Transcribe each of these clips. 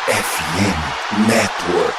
FM Network.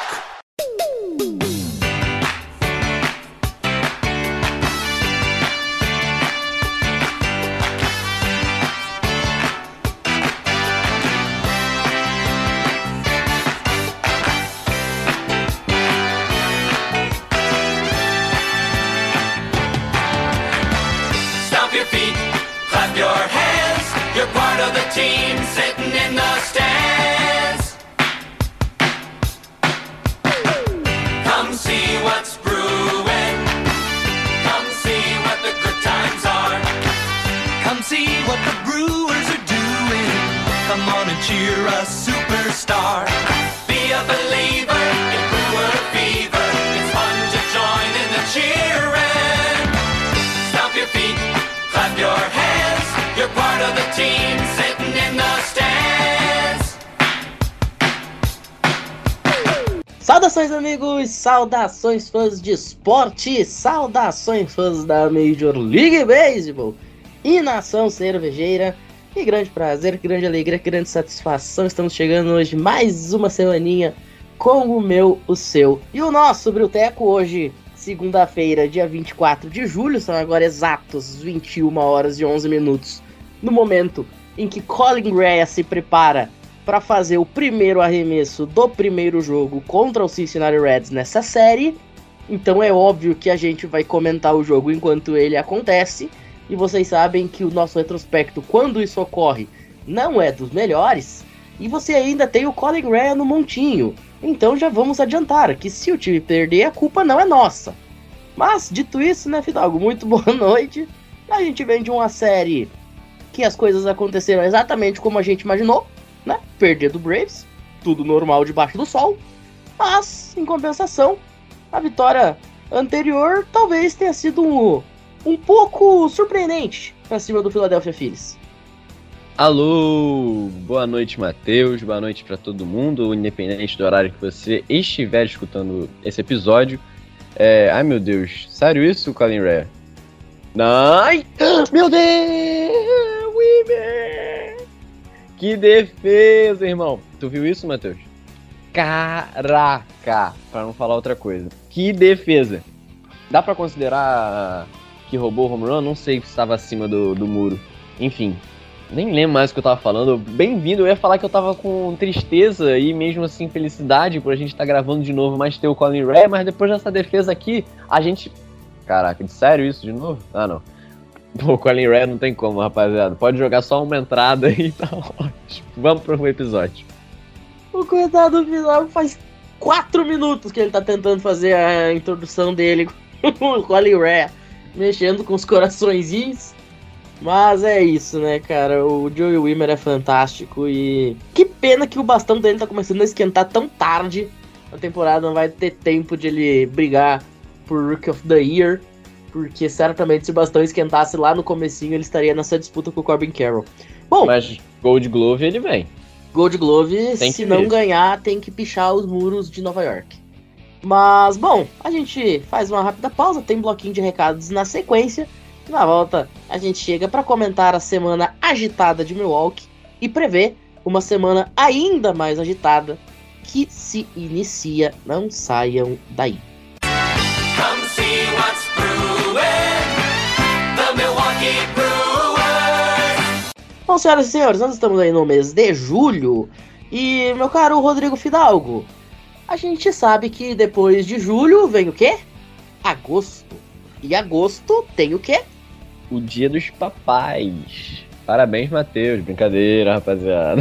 Cheer a superstar. Be a believer in Brewer Fever. It's fun to join in the cheering. Stomp your feet, clap your hands. You're part of the team sitting in the stands. Saudações, amigos, saudações fãs de esporte, saudações fãs da Major League Baseball e nação cervejeira. Que grande prazer, que grande alegria, que grande satisfação. Estamos chegando hoje mais uma semaninha com o meu, o seu e o nosso Brilteco. Hoje, segunda-feira, dia 24 de julho, são agora exatos 21 horas e 11 minutos, no momento em que Colin Rea se prepara para fazer o primeiro arremesso do primeiro jogo contra o Cincinnati Reds nessa série. Então é óbvio que a gente vai comentar o jogo enquanto ele acontece. E vocês sabem que o nosso retrospecto, quando isso ocorre, não é dos melhores. E você ainda tem o Colin Rea no montinho. Então já vamos adiantar que se o time perder, a culpa não é nossa. Mas, dito isso, né, Fidalgo? Muito boa noite. A gente vem de uma série que as coisas aconteceram exatamente como a gente imaginou, né? Perder do Braves, tudo normal debaixo do sol. Mas, em compensação, a vitória anterior talvez tenha sido um pouco surpreendente pra cima do Philadelphia Phillies. Alô, boa noite, Matheus, boa noite pra todo mundo, independente do horário que você estiver escutando esse episódio. Ai meu Deus, sério isso, Colin Rea? Ai, meu Deus, Weaver! Que defesa, irmão! Tu viu isso, Matheus? Caraca, pra não falar outra coisa. Que defesa! Dá pra considerar que roubou o home run? Não sei se estava acima do muro. Enfim, nem lembro mais o que eu tava falando. Bem-vindo, eu ia falar que eu tava com tristeza e mesmo assim felicidade por a gente estar gravando de novo, mas ter o Colin Rea, mas depois dessa defesa aqui, a gente... Caraca, de sério isso de novo? Ah, não. Pô, o Colin Rea não tem como, rapaziada. Pode jogar só uma entrada e tá ótimo. Vamos pro episódio. O coitado do final faz 4 minutos que ele tá tentando fazer a introdução dele com o Colin Rea, mexendo com os coraçõezinhos. Mas é isso, né, cara? O Joey Wiemer é fantástico e que pena que o bastão dele tá começando a esquentar tão tarde. A temporada não vai ter tempo de ele brigar por Rookie of the Year, porque certamente se o bastão esquentasse lá no comecinho, ele estaria nessa disputa com o Corbin Carroll. Bom, mas Gold Glove ele vem. Gold Glove, se não ganhar, tem que pichar os muros de Nova York. Mas, bom, a gente faz uma rápida pausa, tem bloquinho de recados na sequência. Na volta, a gente chega para comentar a semana agitada de Milwaukee e prever uma semana ainda mais agitada que se inicia. Não saiam daí. Come see what's brewing, the Milwaukee Brewers. Bom, senhoras e senhores, nós estamos aí no mês de julho e, meu caro Rodrigo Fidalgo, a gente sabe que depois de julho vem o quê? Agosto. E agosto tem o quê? O Dia dos Papais. Parabéns, Matheus. Brincadeira, rapaziada.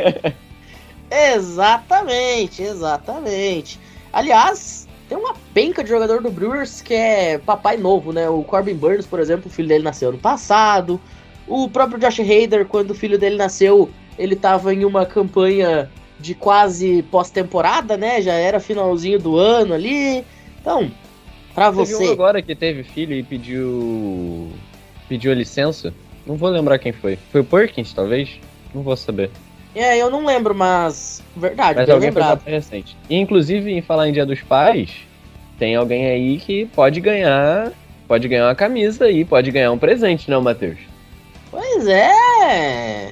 Exatamente. Aliás, tem uma penca de jogador do Brewers que é papai novo, né? O Corbin Burns, por exemplo, o filho dele nasceu ano passado. O próprio Josh Hader, quando o filho dele nasceu, ele tava em uma campanha de quase pós-temporada, né? Já era finalzinho do ano ali. Então, pra você... Teve um agora que teve filho e pediu a licença. Não vou lembrar quem foi. Foi o Perkins, talvez? Não vou saber. Eu não lembro, mas... Verdade, mas bem alguém lembrado. Foi recente. E, inclusive, em falar em Dia dos Pais, tem alguém aí que pode ganhar uma camisa e pode ganhar um presente, não, Matheus? Pois é!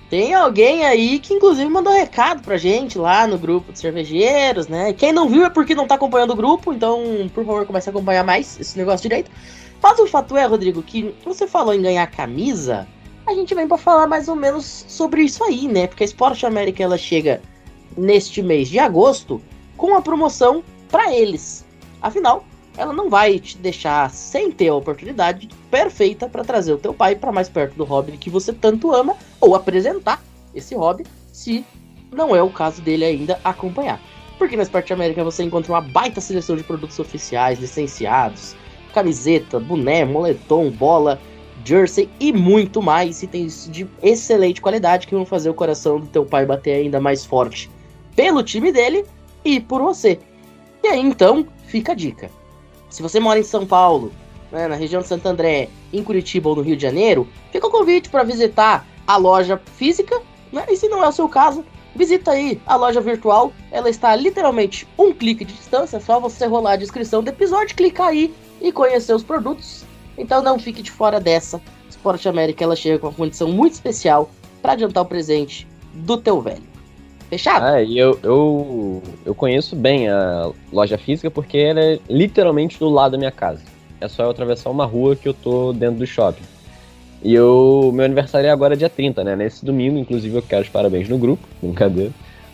Tem alguém aí que inclusive mandou recado pra gente lá no grupo de cervejeiros, né? Quem não viu é porque não tá acompanhando o grupo, então, por favor, comece a acompanhar mais esse negócio direito. Mas o fato é, Rodrigo, que você falou em ganhar camisa, a gente vem pra falar mais ou menos sobre isso aí, né? Porque a Sport América, ela chega neste mês de agosto com uma promoção pra eles. Afinal, ela não vai te deixar sem ter a oportunidade perfeita para trazer o teu pai para mais perto do hobby que você tanto ama, ou apresentar esse hobby, se não é o caso dele ainda acompanhar. Porque na Sport América você encontra uma baita seleção de produtos oficiais, licenciados, camiseta, boné, moletom, bola, jersey e muito mais, itens de excelente qualidade que vão fazer o coração do teu pai bater ainda mais forte pelo time dele e por você. E aí então, fica a dica. Se você mora em São Paulo, né, na região de Santo André, em Curitiba ou no Rio de Janeiro, fica o convite para visitar a loja física, né? E se não é o seu caso, visita aí a loja virtual. Ela está literalmente um clique de distância, é só você rolar a descrição do episódio, clicar aí e conhecer os produtos. Então não fique de fora dessa. Sport América, ela chega com uma condição muito especial para adiantar o presente do teu velho. Fechado? E eu conheço bem a loja física porque ela é literalmente do lado da minha casa. É só eu atravessar uma rua que eu tô dentro do shopping. E meu aniversário é agora dia 30, né? Nesse domingo, inclusive eu quero os parabéns no grupo, brincadeira.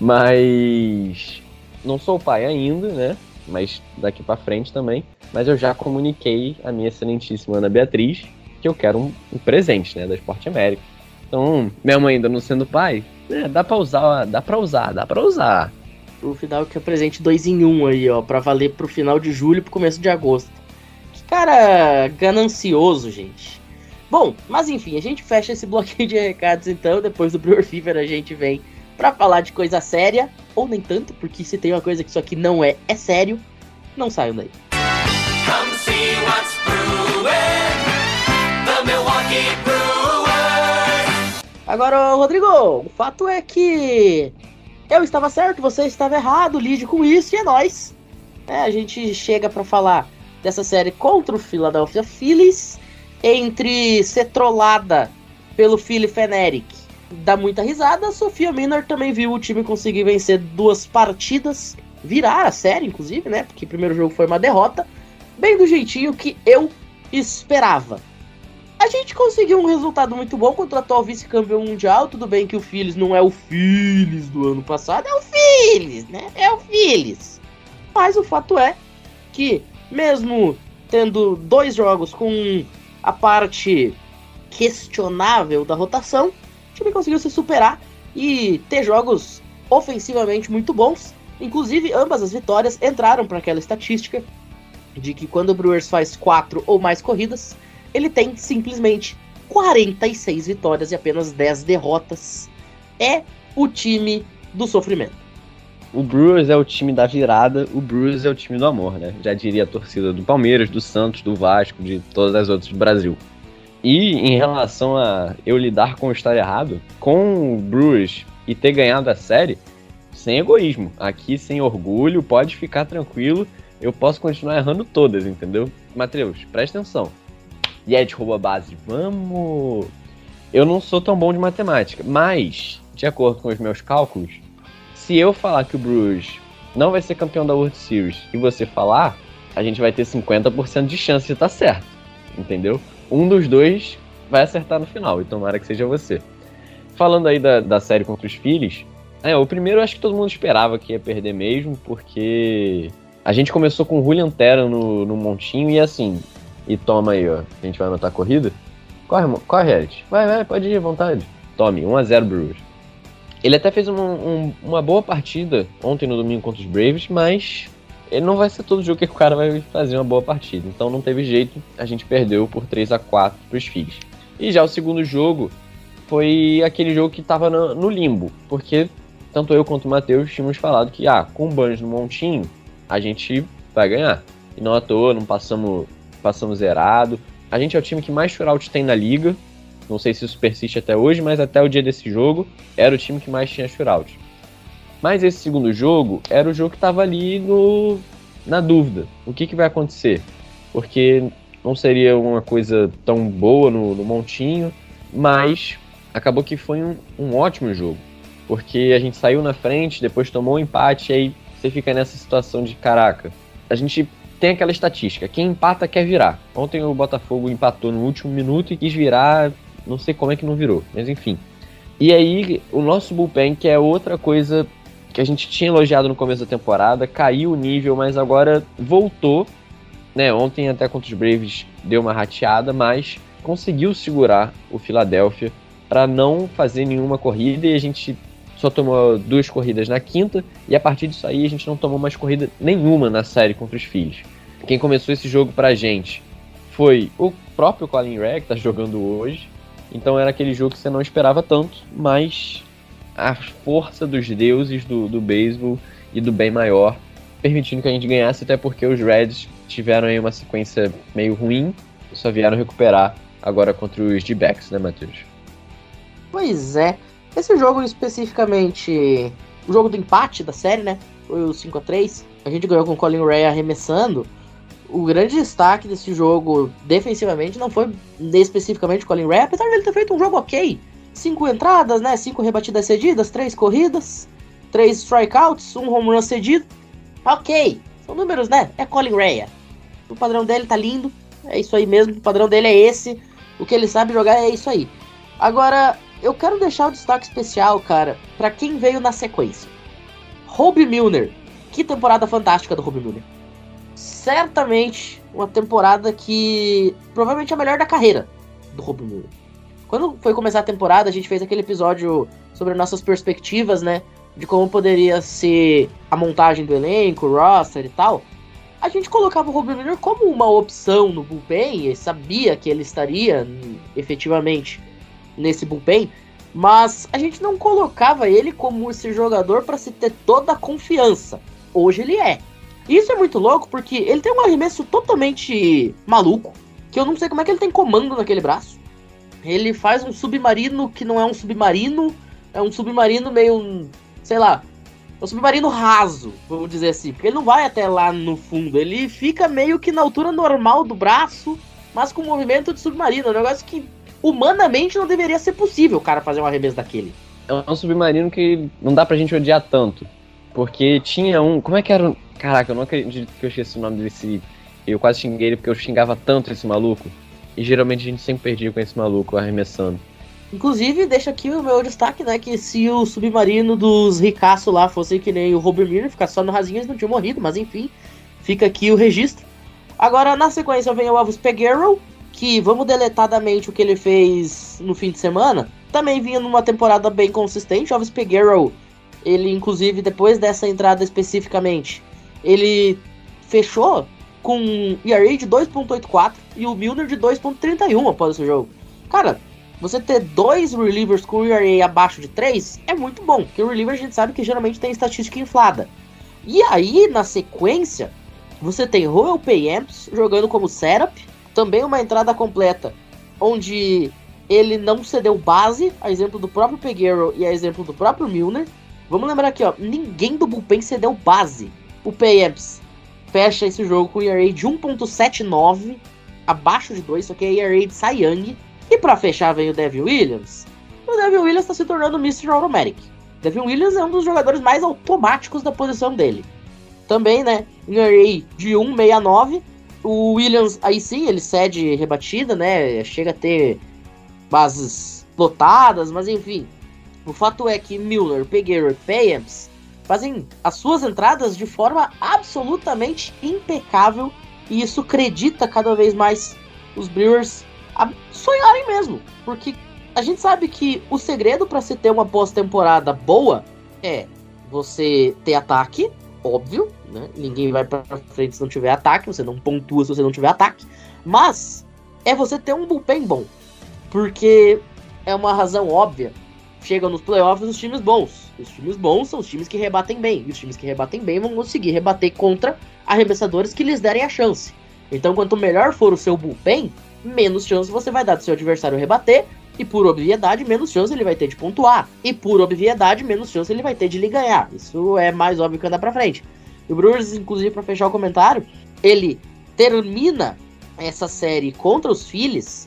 Mas não sou pai ainda, né? Mas daqui pra frente também. Mas eu já comuniquei a minha excelentíssima Ana Beatriz que eu quero um presente, né? Da Sport América. Então, mesmo ainda não sendo pai, dá pra usar. O final que é presente 2 em 1 aí, ó, pra valer pro final de julho e pro começo de agosto. Que cara ganancioso, gente. Bom, mas enfim, a gente fecha esse bloqueio de recados então, depois do Brewer Fever a gente vem pra falar de coisa séria, ou nem tanto, porque se tem uma coisa que isso aqui não é sério, não saiam daí. Come see what's brewing, the Milwaukee Brewers. Agora, Rodrigo, o fato é que eu estava certo, você estava errado, lide com isso e é nóis. A gente chega pra falar dessa série contra o Philadelphia Phillies, entre ser trollada pelo Philly Fanatic, dá muita risada. A Sophia Minor também viu o time conseguir vencer 2 partidas, virar a série, inclusive, né? Porque o primeiro jogo foi uma derrota, bem do jeitinho que eu esperava. A gente conseguiu um resultado muito bom contra o atual vice-campeão mundial. Tudo bem que o Phillies não é o Phillies do ano passado, é o Phillies, né? É o Phillies. Mas o fato é que, mesmo tendo 2 jogos com a parte questionável da rotação, o time conseguiu se superar e ter jogos ofensivamente muito bons. Inclusive, ambas as vitórias entraram para aquela estatística de que quando o Brewers faz 4 ou mais corridas, ele tem simplesmente 46 vitórias e apenas 10 derrotas. É o time do sofrimento. O Brewers é o time da virada, o Brewers é o time do amor, né? Já diria a torcida do Palmeiras, do Santos, do Vasco, de todas as outras do Brasil. E em relação a eu lidar com o estar errado, com o Brewers e ter ganhado a série, sem egoísmo, aqui sem orgulho, pode ficar tranquilo, eu posso continuar errando todas, entendeu? Matheus, presta atenção. Yed rouba a base, vamos! Eu não sou tão bom de matemática, mas, de acordo com os meus cálculos, se eu falar que o Brewers não vai ser campeão da World Series e você falar, a gente vai ter 50% de chance de estar certo, entendeu? Um dos dois vai acertar no final, e tomara que seja você. Falando aí da série contra os Phillies, o primeiro eu acho que todo mundo esperava que ia perder mesmo, porque a gente começou com o Julian Terra no montinho e assim, e toma aí, ó, a gente vai anotar a corrida? Corre, Eric. Vai, pode ir à vontade. Tome, 1-0 Brewers. Ele até fez uma boa partida ontem no domingo contra os Braves, mas ele não vai ser todo jogo que o cara vai fazer uma boa partida. Então não teve jeito, a gente perdeu por 3-4 para os Phillies. E já o segundo jogo foi aquele jogo que estava no limbo, porque tanto eu quanto o Matheus tínhamos falado que com o Burns no montinho, a gente vai ganhar. E não à toa, não passamos zerado. A gente é o time que mais shootout tem na liga. Não sei se isso persiste até hoje, mas até o dia desse jogo era o time que mais tinha shootout. Mas esse segundo jogo era o jogo que estava ali na dúvida. O que vai acontecer? Porque não seria uma coisa tão boa no montinho, mas acabou que foi um ótimo jogo. Porque a gente saiu na frente, depois tomou um empate, e aí você fica nessa situação de, caraca, a gente tem aquela estatística, quem empata quer virar. Ontem o Botafogo empatou no último minuto e quis virar, não sei como é que não virou, mas enfim. E aí, o nosso bullpen, que é outra coisa que a gente tinha elogiado no começo da temporada, caiu o nível, mas agora voltou, né? Ontem até contra os Braves deu uma rateada, mas conseguiu segurar o Philadelphia para não fazer nenhuma corrida, e a gente só tomou 2 corridas na quinta, e a partir disso aí a gente não tomou mais corrida nenhuma na série contra os Phillies. Quem começou esse jogo pra gente foi o próprio Colin Rea, que tá jogando hoje. Então era aquele jogo que você não esperava tanto, mas a força dos deuses do beisebol e do bem maior permitindo que a gente ganhasse, até porque os Reds tiveram aí uma sequência meio ruim e só vieram recuperar agora contra os D-backs, né, Matheus? Pois é. Esse jogo especificamente, o jogo do empate da série, né, foi o 5-3. A gente ganhou com o Colin Rea arremessando. O grande destaque desse jogo, defensivamente, não foi especificamente o Colin Rea, apesar de ele ter feito um jogo ok. 5 entradas, né? 5 rebatidas cedidas, 3 corridas, 3 strikeouts, 1 home run cedido. Ok, são números, né? É Colin Rea. O padrão dele tá lindo, é isso aí mesmo, o padrão dele é esse. O que ele sabe jogar é isso aí. Agora, eu quero deixar o destaque especial, cara, pra quem veio na sequência. Hoby Milner. Que temporada fantástica do Hoby Milner. Certamente uma temporada que provavelmente é a melhor da carreira do Hoby Milner. Quando foi começar a temporada, a gente fez aquele episódio sobre nossas perspectivas, né? De como poderia ser a montagem do elenco, o roster e tal. A gente colocava o Hoby Milner como uma opção no bullpen, e sabia que ele estaria efetivamente nesse bullpen, mas a gente não colocava ele como esse jogador para se ter toda a confiança. Hoje ele é. Isso é muito louco porque ele tem um arremesso totalmente maluco, que eu não sei como é que ele tem comando naquele braço. Ele faz um submarino que não é um submarino, é um submarino meio, sei lá, um submarino raso, vamos dizer assim, porque ele não vai até lá no fundo, ele fica meio que na altura normal do braço, mas com movimento de submarino, um negócio que humanamente não deveria ser possível o cara fazer um arremesso daquele. É um submarino que não dá pra gente odiar tanto, porque tinha um, como é que era? Caraca, eu não acredito que eu esqueci o nome desse. Eu quase xinguei ele porque eu xingava tanto esse maluco. E geralmente a gente sempre perdia com esse maluco arremessando. Inclusive, deixa aqui o meu destaque, né? Que se o submarino dos ricaços lá fosse que nem o Hoby Milner, ficasse só no rasinho, eles não tinham morrido. Mas enfim, fica aqui o registro. Agora, na sequência, vem o Elvis Peguero, que vamos deletar da mente o que ele fez no fim de semana. Também vinha numa temporada bem consistente. O Elvis Peguero, ele inclusive, depois dessa entrada especificamente, ele fechou com um ERA de 2.84 e o Milner de 2.31 após esse jogo. Cara, você ter 2 relievers com ERA abaixo de 3 é muito bom, porque o reliever a gente sabe que geralmente tem estatística inflada. E aí, na sequência, você tem Royal Payamps jogando como setup, também uma entrada completa, onde ele não cedeu base, a exemplo do próprio Peguero e a exemplo do próprio Milner. Vamos lembrar aqui, ó, ninguém do bullpen cedeu base. O Payamps fecha esse jogo com ERA de 1.79, abaixo de 2, só que é ERA de Cy Young. E pra fechar vem o Devin Williams. O Devin Williams tá se tornando Mr. Automatic. Devin Williams é um dos jogadores mais automáticos da posição dele. Também, né, ERA de 1.69. O Williams, aí sim, ele cede rebatida, né, chega a ter bases lotadas, mas enfim. O fato é que Milner, Peguero e Payamps fazem as suas entradas de forma absolutamente impecável, e isso acredita cada vez mais os Brewers a sonharem mesmo, porque a gente sabe que o segredo para se ter uma pós-temporada boa é você ter ataque, óbvio, né? Ninguém vai pra frente se não tiver ataque, você não pontua se você não tiver ataque, mas é você ter um bullpen bom, porque é uma razão óbvia. Chegam nos playoffs os times bons. Os times bons são os times que rebatem bem. E os times que rebatem bem vão conseguir rebater contra arremessadores que lhes derem a chance. Então, quanto melhor for o seu bullpen, menos chance você vai dar do seu adversário rebater. E por obviedade, menos chance ele vai ter de pontuar. E por obviedade, menos chance ele vai ter de lhe ganhar. Isso é mais óbvio que andar pra frente. E o Brewers, inclusive, pra fechar o comentário, ele termina essa série contra os Phillies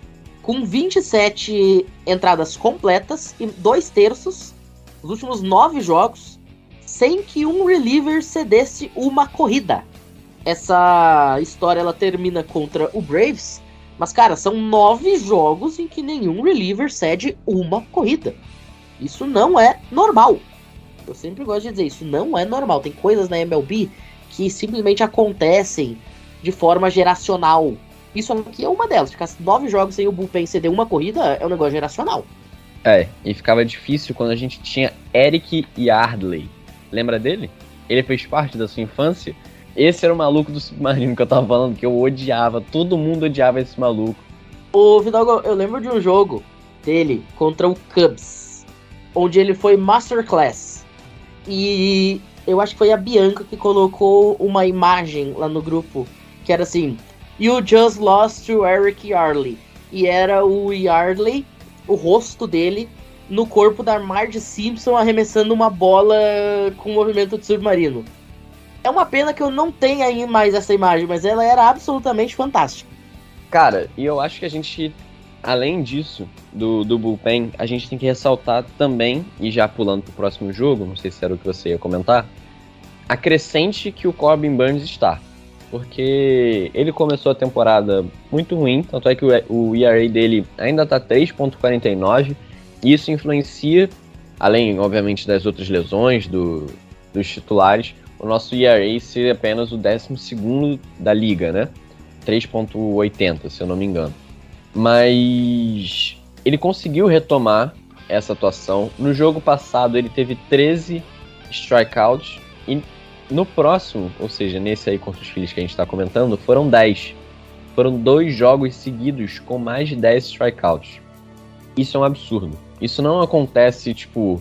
com 27 entradas completas e 2/3 nos últimos 9 jogos, sem que um reliever cedesse uma corrida. Essa história ela termina contra o Braves, mas, cara, são 9 jogos em que nenhum reliever cede uma corrida. Isso não é normal. Eu sempre gosto de dizer, isso não é normal. Tem coisas na MLB que simplesmente acontecem de forma geracional. Isso aqui é uma delas. Ficar 9 jogos sem o bullpen ceder uma corrida é um negócio geracional. E ficava difícil quando a gente tinha Eric Yardley. Lembra dele? Ele fez parte da sua infância. Esse era o maluco do Submarino que eu tava falando, que eu odiava. Todo mundo odiava esse maluco. Ô, Vidal, eu lembro de um jogo dele contra o Cubs, onde ele foi Masterclass. E eu acho que foi a Bianca que colocou uma imagem lá no grupo, que era assim: You just lost to Eric Yardley. E era o Yardley, o rosto dele, no corpo da Marge Simpson arremessando uma bola com movimento de submarino. É uma pena que eu não tenha aí mais essa imagem, mas ela era absolutamente fantástica. Cara, e eu acho que a gente, além disso, do bullpen, a gente tem que ressaltar também, e já pulando pro próximo jogo, não sei se era o que você ia comentar, a crescente que o Corbin Burnes está. Porque ele começou a temporada muito ruim, tanto é que o ERA dele ainda tá 3.49, e isso influencia, além, obviamente, das outras lesões dos titulares, o nosso ERA ser apenas o 12º da liga, né? 3.80, se eu não me engano. Mas ele conseguiu retomar essa atuação. No jogo passado ele teve 13 strikeouts e no próximo, ou seja, nesse aí contra os Phillies que a gente está comentando, foram 10. Foram 2 jogos seguidos com mais de 10 strikeouts. Isso é um absurdo. Isso não acontece tipo,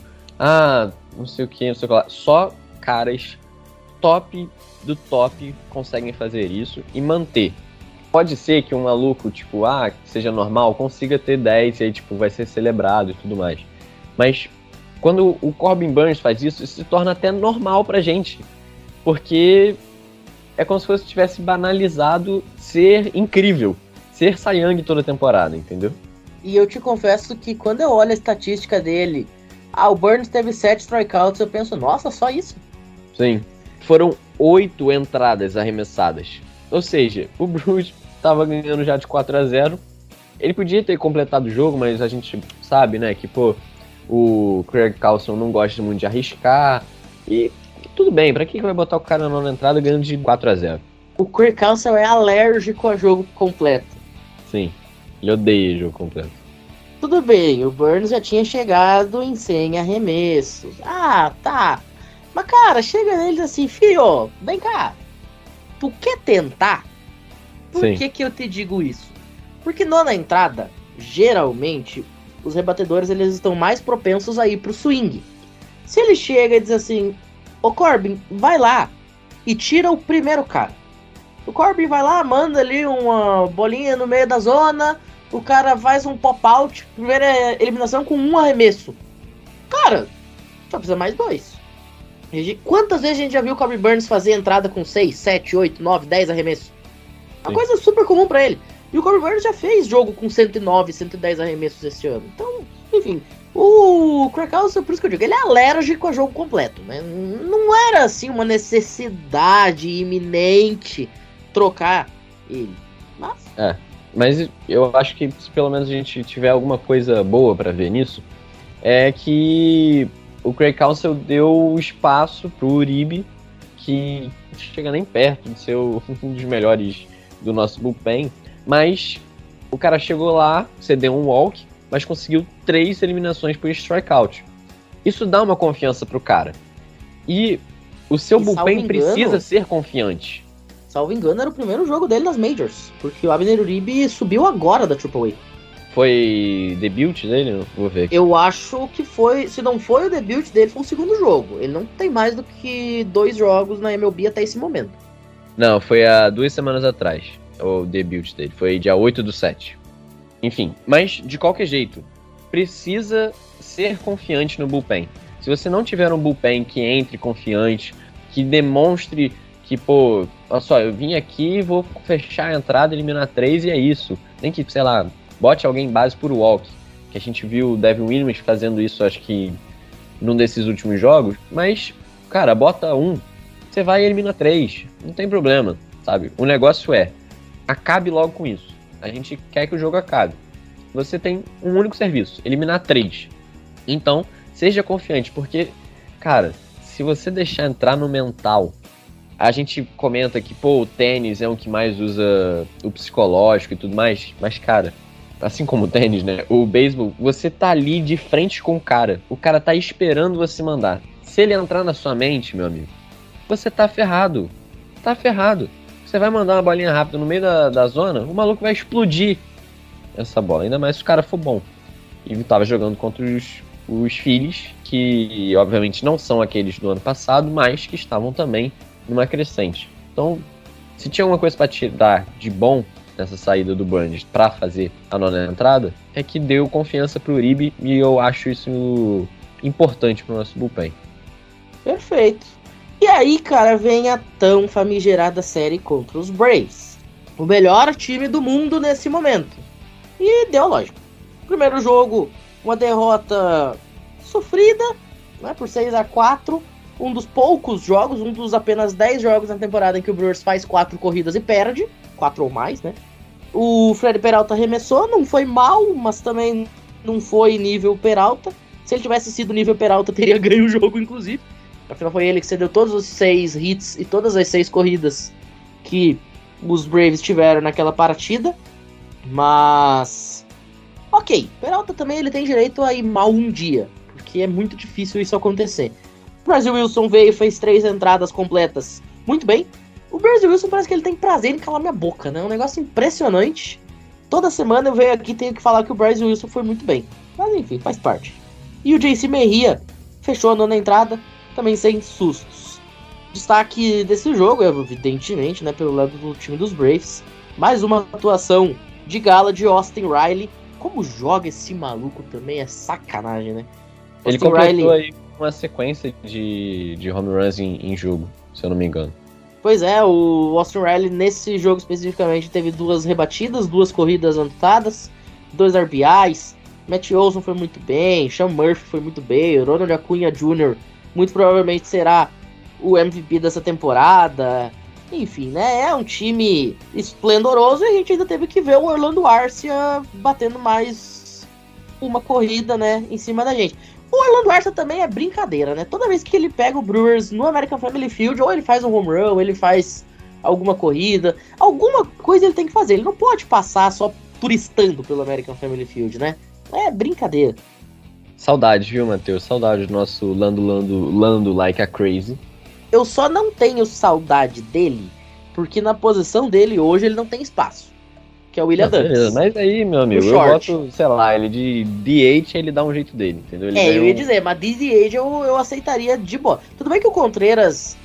não sei o que, não sei o que lá. Só caras top do top conseguem fazer isso e manter. Pode ser que um maluco, tipo, que seja normal, consiga ter 10 e aí, tipo, vai ser celebrado e tudo mais. Mas quando o Corbin Burnes faz isso, isso se torna até normal pra gente. Porque é como se fosse tivesse banalizado ser incrível. Ser Cy Young toda temporada, entendeu? E eu te confesso que quando eu olho a estatística dele, o Burnes teve 7 strikeouts, eu penso, nossa, só isso? Sim. Foram 8 entradas arremessadas. Ou seja, o Bruce estava ganhando já de 4-0. Ele podia ter completado o jogo, mas a gente sabe, né, que, o Craig Carlson não gosta muito de arriscar. E tudo bem, pra que vai botar o cara na entrada ganhando de 4-0? O Craig Carlson é alérgico a jogo completo. Sim, ele odeia jogo completo. Tudo bem, o Burnes já tinha chegado em 100 arremessos. Tá. Mas, cara, chega neles assim, filho, vem cá. Tu quer tentar? Por que eu te digo isso? Porque na entrada, geralmente, os rebatedores eles estão mais propensos a ir pro swing. Se ele chega e diz assim, ô Corbin, vai lá e tira o primeiro cara. O Corbin vai lá, manda ali uma bolinha no meio da zona, o cara faz um pop-out, primeira eliminação com 1 arremesso. Cara, só precisa mais 2. Quantas vezes a gente já viu o Corbin Burnes fazer entrada com 6, 7, 8, 9, 10 arremessos? Uma coisa super comum pra ele. E o Corbin Burnes já fez jogo com 109, 110 arremessos esse ano. Então, enfim, o Craig Carlson, por isso que eu digo, ele é alérgico a jogo completo, né? Não era assim uma necessidade iminente trocar ele. Mas eu acho que se pelo menos a gente tiver alguma coisa boa pra ver nisso, é que o Craig Counsell deu espaço pro Uribe, que não chega nem perto de ser um dos melhores do nosso bullpen, mas o cara chegou lá, cedeu um walk, mas conseguiu 3 eliminações por strikeout. Isso dá uma confiança pro cara. E o seu bullpen precisa ser confiante. Salvo engano, era o primeiro jogo dele nas Majors, porque o Abner Uribe subiu agora da AAA. Foi debut dele? Vou ver aqui. Eu acho que foi, se não foi o debut dele, foi o segundo jogo. Ele não tem mais do que 2 jogos na MLB até esse momento. Não, foi há 2 semanas atrás, o debut dele. Foi dia 8/7. Enfim, mas de qualquer jeito, precisa ser confiante no bullpen. Se você não tiver um bullpen que entre confiante, que demonstre que, olha só, eu vim aqui, vou fechar a entrada, eliminar 3 e é isso. Nem que, sei lá, Bote alguém em base por walk, que a gente viu o Devin Williams fazendo isso, acho que num desses últimos jogos, mas, cara, bota um, você vai e elimina 3, não tem problema, sabe? O negócio acabe logo com isso. A gente quer que o jogo acabe. Você tem um único serviço, eliminar 3. Então, seja confiante, porque, cara, se você deixar entrar no mental, a gente comenta que, pô, o tênis é o que mais usa o psicológico e tudo mais, mas, cara, assim como o tênis, né, o beisebol, você tá ali de frente com o cara tá esperando você mandar. Se ele entrar na sua mente, meu amigo, você tá ferrado. Tá ferrado. Você vai mandar uma bolinha rápida no meio da zona, o maluco vai explodir essa bola, ainda mais se o cara for bom. E tava jogando contra os Phillies, que obviamente não são aqueles do ano passado, mas que estavam também numa crescente. Então, se tinha alguma coisa pra tirar de bom nessa saída do Burns pra fazer a 9ª entrada, é que deu confiança pro Uribe, e eu acho isso importante pro nosso bullpen. Perfeito. E aí, cara, vem a tão famigerada série contra os Braves. O melhor time do mundo nesse momento. E deu lógico. Primeiro jogo, uma derrota sofrida, né, por 6-4. Um dos poucos jogos, um dos apenas 10 jogos na temporada em que o Brewers faz 4 corridas e perde. 4 ou mais, né? O Freddy Peralta arremessou, não foi mal, mas também não foi nível Peralta. Se ele tivesse sido nível Peralta, teria ganho o jogo, inclusive. Afinal, foi ele que cedeu todos os 6 hits e todas as 6 corridas que os Braves tiveram naquela partida. Mas... ok, Peralta também ele tem direito a ir mal um dia, porque é muito difícil isso acontecer. O Bryce Wilson veio e fez 3 entradas completas muito bem. O Bryce Wilson parece que ele tem prazer em calar minha boca, né? É um negócio impressionante. Toda semana eu venho aqui e tenho que falar que o Bryce Wilson foi muito bem. Mas enfim, faz parte. E o JC Mejia fechou a 9ª entrada, também sem sustos. Destaque desse jogo, evidentemente, né, pelo lado do time dos Braves. Mais uma atuação de gala de Austin Riley. Como joga esse maluco também é sacanagem, né? Ele completou aí uma sequência de home runs em jogo, se eu não me engano. Pois é, o Austin Riley nesse jogo especificamente teve 2 rebatidas, 2 corridas anotadas, 2 RBIs. Matt Olson foi muito bem, Sean Murphy foi muito bem, o Ronald Acuna Jr. muito provavelmente será o MVP dessa temporada. Enfim, né, é um time esplendoroso e a gente ainda teve que ver o Orlando Arcia batendo mais uma corrida, né, em cima da gente. O Orlando Arcia também é brincadeira, né? Toda vez que ele pega o Brewers no American Family Field, ou ele faz um home run, ou ele faz alguma corrida, alguma coisa ele tem que fazer. Ele não pode passar só turistando pelo American Family Field, né? É brincadeira. Saudades, viu, Matheus? Saudades do nosso Lando like a crazy. Eu só não tenho saudade dele, porque na posição dele hoje ele não tem espaço. Que é o William Ducks. Mas aí, meu amigo, eu boto, sei lá, ele de DH, ele dá um jeito dele, entendeu? Ele eu ia dizer, mas de DH eu aceitaria de boa. Tudo bem que o Contreras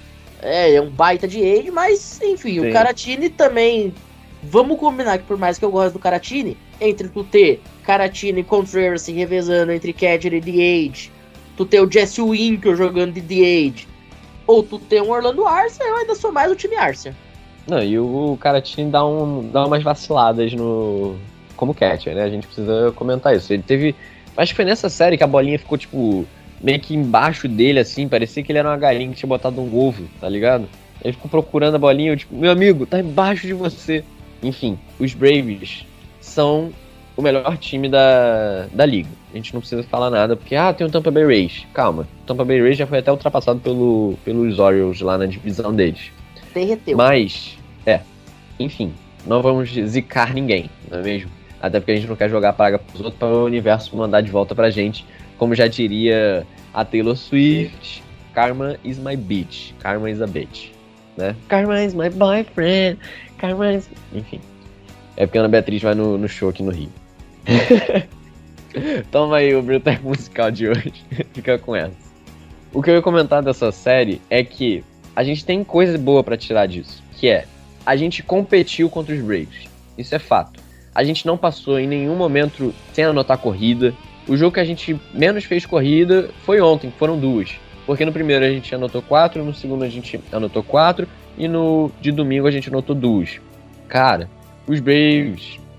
é um baita de age, mas, enfim, sim. O Caratini também... Vamos combinar que por mais que eu goste do Caratini, entre tu ter Caratini e Contreras se revezando entre catcher e DH, tu ter o Jesse Winker jogando de DH, ou tu ter um Orlando Arcia, eu ainda sou mais o time Arcia. Não, e o Caratini dá umas vaciladas como catcher, né? A gente precisa comentar isso. Ele teve... Acho que foi nessa série que a bolinha ficou, tipo, meio que embaixo dele, assim. Parecia que ele era uma galinha que tinha botado um ovo, tá ligado? Ele ficou procurando a bolinha, eu, tipo, meu amigo, tá embaixo de você. Enfim, os Braves são o melhor time da liga. A gente não precisa falar nada, porque, tem o Tampa Bay Rays. Calma, o Tampa Bay Rays já foi até ultrapassado pelos Orioles lá na divisão deles. Derreteu. Mas, enfim, não vamos zicar ninguém, não é mesmo? Até porque a gente não quer jogar praga pros outros para o universo mandar de volta pra gente. Como já diria a Taylor Swift, Karma is my bitch, Karma is a bitch, né? Karma is my boyfriend, Karma is... Enfim, é porque a Ana Beatriz vai no show aqui no Rio. Toma aí o Brutal musical de hoje, fica com essa. O que eu ia comentar dessa série é que a gente tem coisa boa pra tirar disso, que é, a gente competiu contra os Braves, isso é fato. A gente não passou em nenhum momento sem anotar corrida. O jogo que a gente menos fez corrida foi ontem, foram 2. Porque no primeiro a gente anotou 4, no segundo a gente anotou 4 e no de domingo a gente anotou 2. Cara, os Braves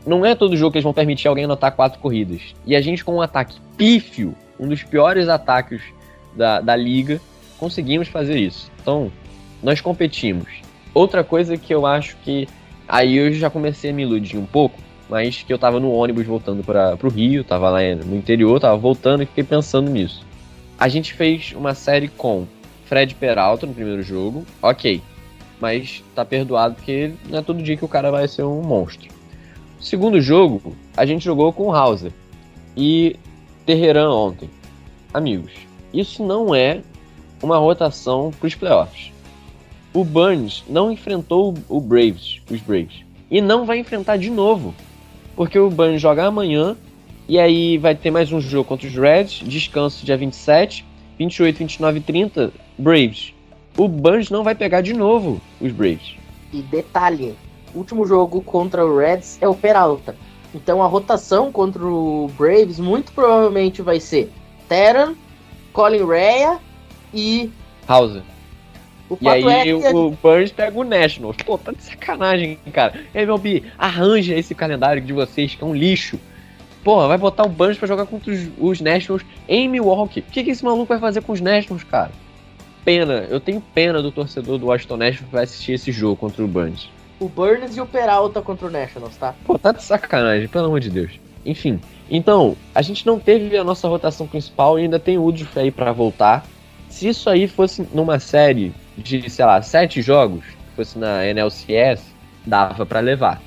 não é todo jogo que eles vão permitir alguém anotar 4 corridas. E a gente, com um ataque pífio, um dos piores ataques da liga, conseguimos fazer isso. Então, nós competimos. Outra coisa que eu acho que... Aí eu já comecei a me iludir um pouco, mas que eu tava no ônibus voltando pro Rio, tava lá no interior, tava voltando e fiquei pensando nisso. A gente fez uma série com Fred Peralta no primeiro jogo, ok. Mas tá perdoado porque não é todo dia que o cara vai ser um monstro. No segundo jogo, a gente jogou com Hauser e Terreran ontem. Amigos, isso não é uma rotação pros playoffs. O Burns não enfrentou os Braves. E não vai enfrentar de novo. Porque o Burns joga amanhã. E aí vai ter mais um jogo contra os Reds. Descanso dia 27, 28, 29 e 30. Braves. O Burns não vai pegar de novo os Braves. E detalhe, o último jogo contra o Reds é o Peralta. Então a rotação contra o Braves muito provavelmente vai ser Teran, Colin Rea e Hauser. E aí que o Burns pega o Nationals. Pô, tá de sacanagem, cara. MLB, arranja esse calendário de vocês, que é um lixo. Porra, vai botar o Burns pra jogar contra os Nationals em Milwaukee. O que esse maluco vai fazer com os Nationals, cara? Pena, eu tenho pena do torcedor do Washington Nationals que vai assistir esse jogo contra o Burns. O Burns e o Peralta contra o Nationals, tá? Pô, tá de sacanagem, pelo amor de Deus. Enfim, então, a gente não teve a nossa rotação principal e ainda tem o Woodruff aí pra voltar. Se isso aí fosse numa série de, sei lá, 7 jogos, fosse na NLCS, dava pra levar.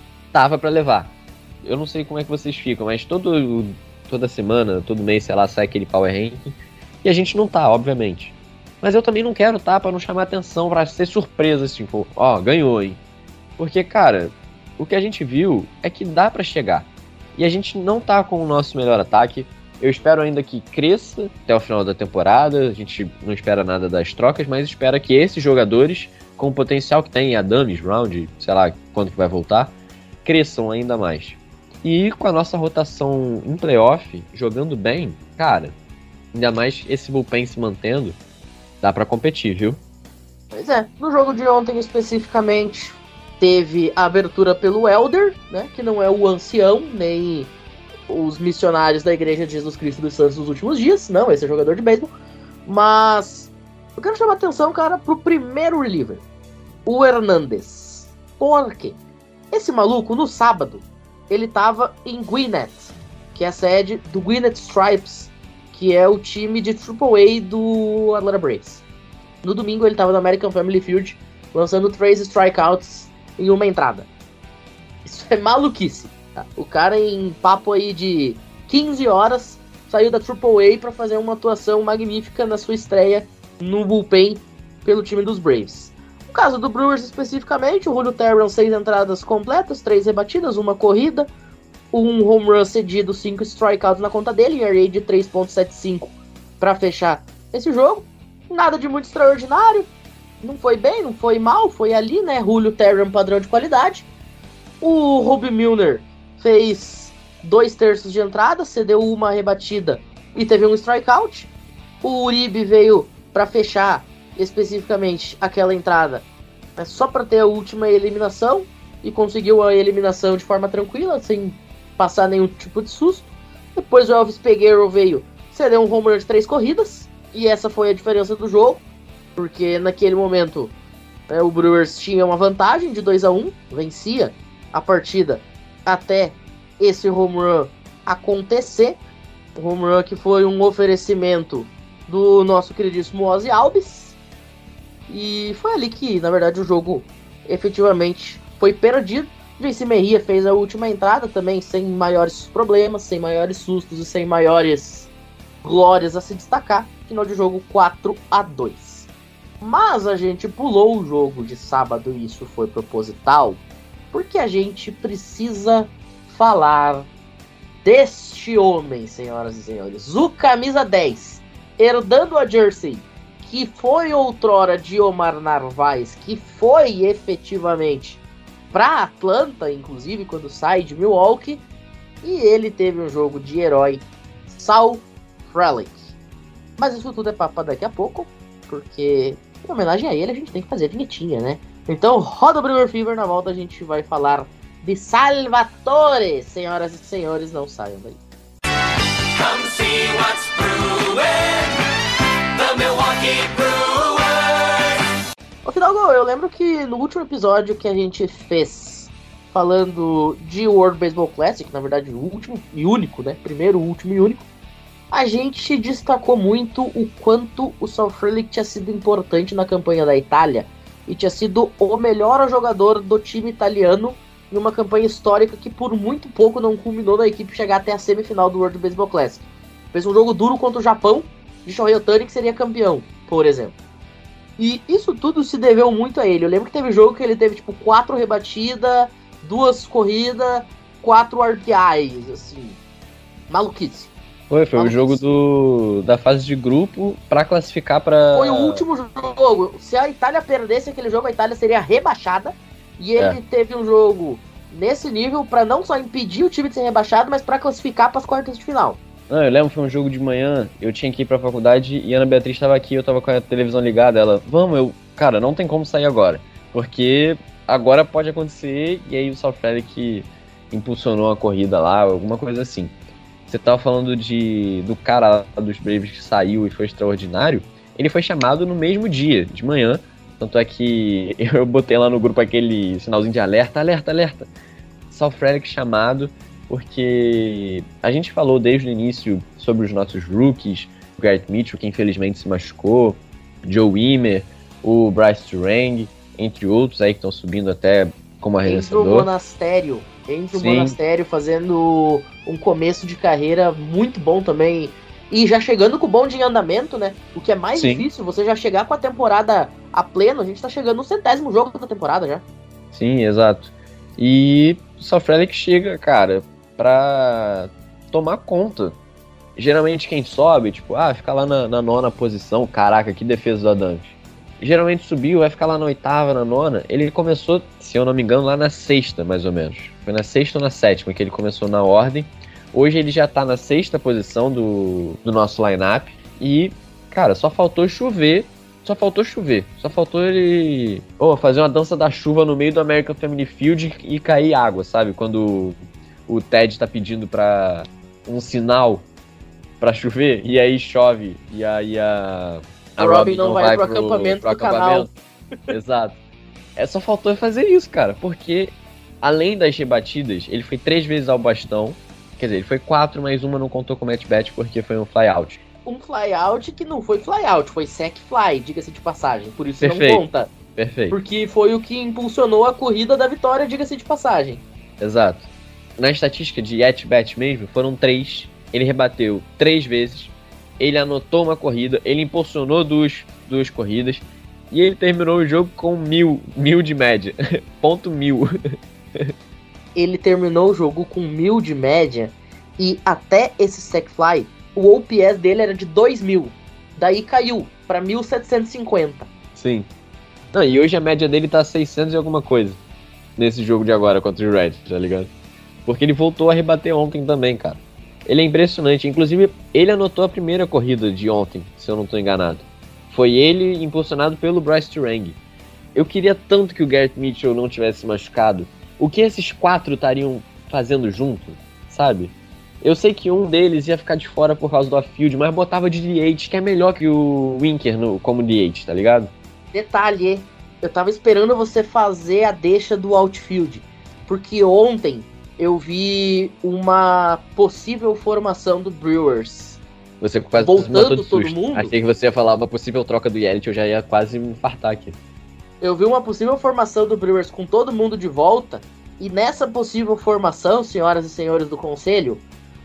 Eu não sei como é que vocês ficam, mas toda semana, todo mês, sei lá, sai aquele Power Ranking. E a gente não tá, obviamente. Mas eu também não quero tá, pra não chamar atenção, pra ser surpresa, assim, tipo, ó, ganhou, hein? Porque, cara, o que a gente viu é que dá pra chegar. E a gente não tá com o nosso melhor ataque. Eu espero ainda que cresça até o final da temporada. A gente não espera nada das trocas, mas espera que esses jogadores, com o potencial que tem, Adams, Round, sei lá quando que vai voltar, cresçam ainda mais. E com a nossa rotação em playoff, jogando bem, cara, ainda mais esse bullpen se mantendo, dá pra competir, viu? Pois é, no jogo de ontem especificamente, teve a abertura pelo Elder, né, que não é o ancião, nem os missionários da Igreja de Jesus Cristo dos Santos dos últimos dias, não, esse é jogador de beisebol, mas eu quero chamar a atenção, cara, pro primeiro reliever, o Hernandez. Por quê? Esse maluco, no sábado, ele tava em Gwinnett, que é a sede do Gwinnett Stripes, que é o time de AAA do Atlanta Braves. No domingo ele tava no American Family Field, lançando 3 strikeouts em uma entrada. Isso é maluquice. Tá? O cara, em papo aí de 15 horas, saiu da AAA para fazer uma atuação magnífica na sua estreia no bullpen pelo time dos Braves. No caso do Brewers especificamente, o Julio Teheran 6 entradas completas, 3 rebatidas, 1 corrida, 1 home run cedido, 5 strikeouts na conta dele, ERA de 3.75 para fechar esse jogo. Nada de muito extraordinário, não foi bem, não foi mal, foi ali, né? Julio Teheran padrão de qualidade. O Robbie Milner fez 2/3 de entrada, cedeu 1 rebatida e teve um strikeout. O Uribe veio para fechar especificamente aquela entrada, né, só para ter a última eliminação, e conseguiu a eliminação de forma tranquila, sem passar nenhum tipo de susto. Depois o Elvis Peguero veio, cedeu um home run de 3 corridas, e essa foi a diferença do jogo, porque naquele momento, né, o Brewers tinha uma vantagem de 2-1, vencia a partida até esse home run acontecer. O home run que foi um oferecimento do nosso queridíssimo Ozzy Albies. E foi ali que, na verdade, o jogo efetivamente foi perdido. Vince Merria fez a última entrada também sem maiores problemas, sem maiores sustos e sem maiores glórias a se destacar. Final de jogo 4-2. Mas a gente pulou o jogo de sábado e isso foi proposital, porque a gente precisa falar deste homem, senhoras e senhores. O camisa 10, herdando a jersey que foi outrora de Omar Narvaez, que foi efetivamente para Atlanta, inclusive, quando sai de Milwaukee. E ele teve um jogo de herói, Sal Frelick. Mas isso tudo é papo daqui a pouco, porque em homenagem a ele a gente tem que fazer a vinhetinha, né? Então roda o Brewer Fever, na volta a gente vai falar de Salvatore. Senhoras e senhores, não saiam daí. Come see what's brewing. The Milwaukee Brewers. Ô, Fidalgo, eu lembro que no último episódio que a gente fez falando de World Baseball Classic, na verdade o último e único, né? Primeiro, último e único, a gente destacou muito o quanto o Sal Frelick tinha sido importante na campanha da Itália e tinha sido o melhor jogador do time italiano em uma campanha histórica que por muito pouco não culminou na equipe chegar até a semifinal do World Baseball Classic. Fez um jogo duro contra o Japão de Shohei Ohtani, que seria campeão, por exemplo. E isso tudo se deveu muito a ele. Eu lembro que teve jogo que ele teve tipo 4 rebatidas, 2 corridas, 4 RBIs, assim, maluquice. Foi o jogo da fase de grupo pra classificar pra... Foi o último jogo. Se a Itália perdesse aquele jogo, a Itália seria rebaixada. E ele teve um jogo nesse nível pra não só impedir o time de ser rebaixado, mas pra classificar pras quartas de final. Não, eu lembro, foi um jogo de manhã, eu tinha que ir pra faculdade e a Ana Beatriz tava aqui, eu tava com a televisão ligada, ela, cara, não tem como sair agora, porque agora pode acontecer, e aí o Sal Frelick impulsionou a corrida lá, alguma coisa assim. Você tava falando do cara dos Braves que saiu e foi extraordinário, ele foi chamado no mesmo dia, de manhã, tanto é que eu botei lá no grupo aquele sinalzinho de alerta, Sal Frelick chamado, porque a gente falou desde o início sobre os nossos rookies, o Garrett Mitchell, que infelizmente se machucou, Joe Wiemer, o Bryce Turang, entre outros aí que estão subindo até como arremessador. Entra o Monastério fazendo um começo de carreira muito bom também, e já chegando com o bonde em andamento, né? O que é mais difícil, você já chegar com a temporada a pleno, a gente tá chegando no 70º jogo da temporada já. Sim, exato. E o Sal Frelick chega, cara, pra tomar conta. Geralmente quem sobe, tipo, fica lá na 9ª posição, caraca, que defesa do Adams. Geralmente subiu, vai ficar lá na 8ª, na 9ª. Ele começou, se eu não me engano, lá na 6ª, mais ou menos. Foi na 6ª ou na 7ª que ele começou na ordem. Hoje ele já tá na 6ª posição do nosso line-up. E, cara, só faltou chover. Só faltou ele fazer uma dança da chuva no meio do American Family Field e cair água, sabe? Quando o Ted tá pedindo pra um sinal pra chover, e aí chove, e aí a Robin não vai pro acampamento do canal. Exato. Só faltou fazer isso, cara, porque além das rebatidas, ele foi 3 vezes ao bastão, quer dizer, ele foi 4, mas uma não contou como at-bat porque foi um fly-out. Um fly-out que não foi fly-out, foi sac-fly, diga-se de passagem, por isso Perfeito. Não conta. Perfeito. Porque foi o que impulsionou a corrida da vitória, diga-se de passagem. Exato. Na estatística de at-bat mesmo, foram 3, ele rebateu 3 vezes, ele anotou uma corrida, ele impulsionou 2 corridas, e ele terminou o jogo com 1000 de média, ponto 1000. Ele terminou o jogo com 1000 de média, e até esse sac-fly, o OPS dele era de 2000, daí caiu pra 1750. Sim. Não, e hoje a média dele tá 600 e alguma coisa, nesse jogo de agora contra os Reds, tá ligado? Porque ele voltou a rebater ontem também, cara. Ele é impressionante. Inclusive, ele anotou a primeira corrida de ontem, se eu não tô enganado. Foi ele impulsionado pelo Bryce Turang. Eu queria tanto que o Garrett Mitchell não tivesse machucado. O que esses 4 estariam fazendo junto, sabe? Eu sei que um deles ia ficar de fora por causa do off-field, mas botava de DH, que é melhor que o Winker como DH, tá ligado? Detalhe, eu tava esperando você fazer a deixa do outfield, porque ontem eu vi uma possível formação do Brewers. Você quase voltando todo mundo. Achei que você ia falar uma possível troca do Yelich, eu já ia quase me infartar aqui. Eu vi uma possível formação do Brewers com todo mundo de volta, e nessa possível formação, senhoras e senhores do conselho,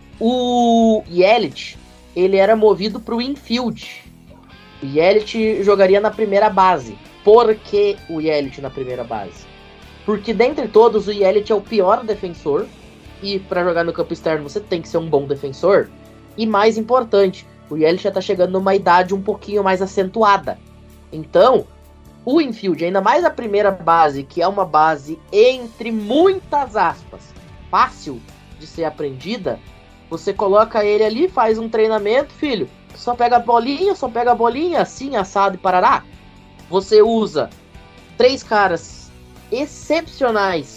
o Yelich, ele era movido pro infield. O Yelich jogaria na primeira base. Por que o Yelich na primeira base? Porque dentre todos o Yelich é o pior defensor, e para jogar no campo externo você tem que ser um bom defensor. E mais importante, o Yelich já tá chegando numa idade um pouquinho mais acentuada. Então, o infield, ainda mais a primeira base, que é uma base entre muitas aspas, fácil de ser aprendida, você coloca ele ali, faz um treinamento, filho, só pega a bolinha, assim, assado e parará. Você usa 3 caras excepcionais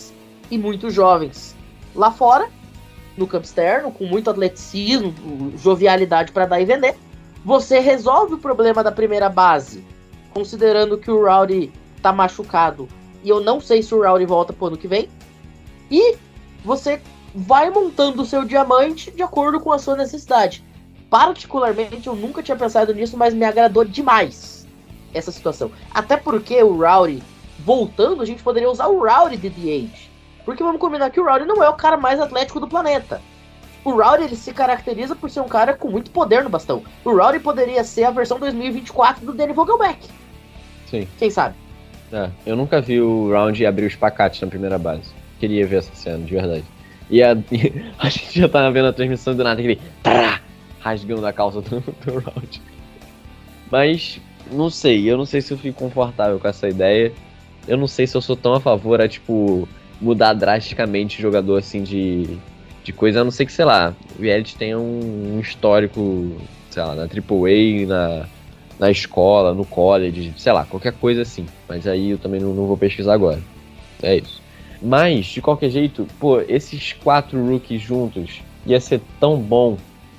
e muito jovens lá fora, no campo externo, com muito atleticismo, jovialidade para dar e vender. Você resolve o problema da primeira base, considerando que o Rowdy tá machucado, e eu não sei se o Rowdy volta pro ano que vem, e você vai montando o seu diamante de acordo com a sua necessidade. Particularmente, eu nunca tinha pensado nisso, mas me agradou demais essa situação. Até porque o Rowdy, voltando, a gente poderia usar o Rowdy de DH. Porque vamos combinar que o Rowdy não é o cara mais atlético do planeta. O Rowdy, ele se caracteriza por ser um cara com muito poder no bastão. O Rowdy poderia ser a versão 2024 do Danny Vogelbach. Sim. Quem sabe? Eu nunca vi o Round abrir os pacates na primeira base. Queria ver essa cena, de verdade. E a gente já tava vendo a transmissão do nada, aquele tará, rasgando a calça do Round. Mas, não sei, eu não sei se eu fico confortável com essa ideia. Eu não sei se eu sou tão a favor a, tipo, mudar drasticamente o jogador, assim, de coisa. A não ser que, sei lá, o Yelich tenha um histórico, sei lá, na AAA, na escola, no college, sei lá, qualquer coisa assim. Mas aí eu também não vou pesquisar agora. É isso. Mas, de qualquer jeito, pô, esses 4 rookies juntos ia ser tão bom,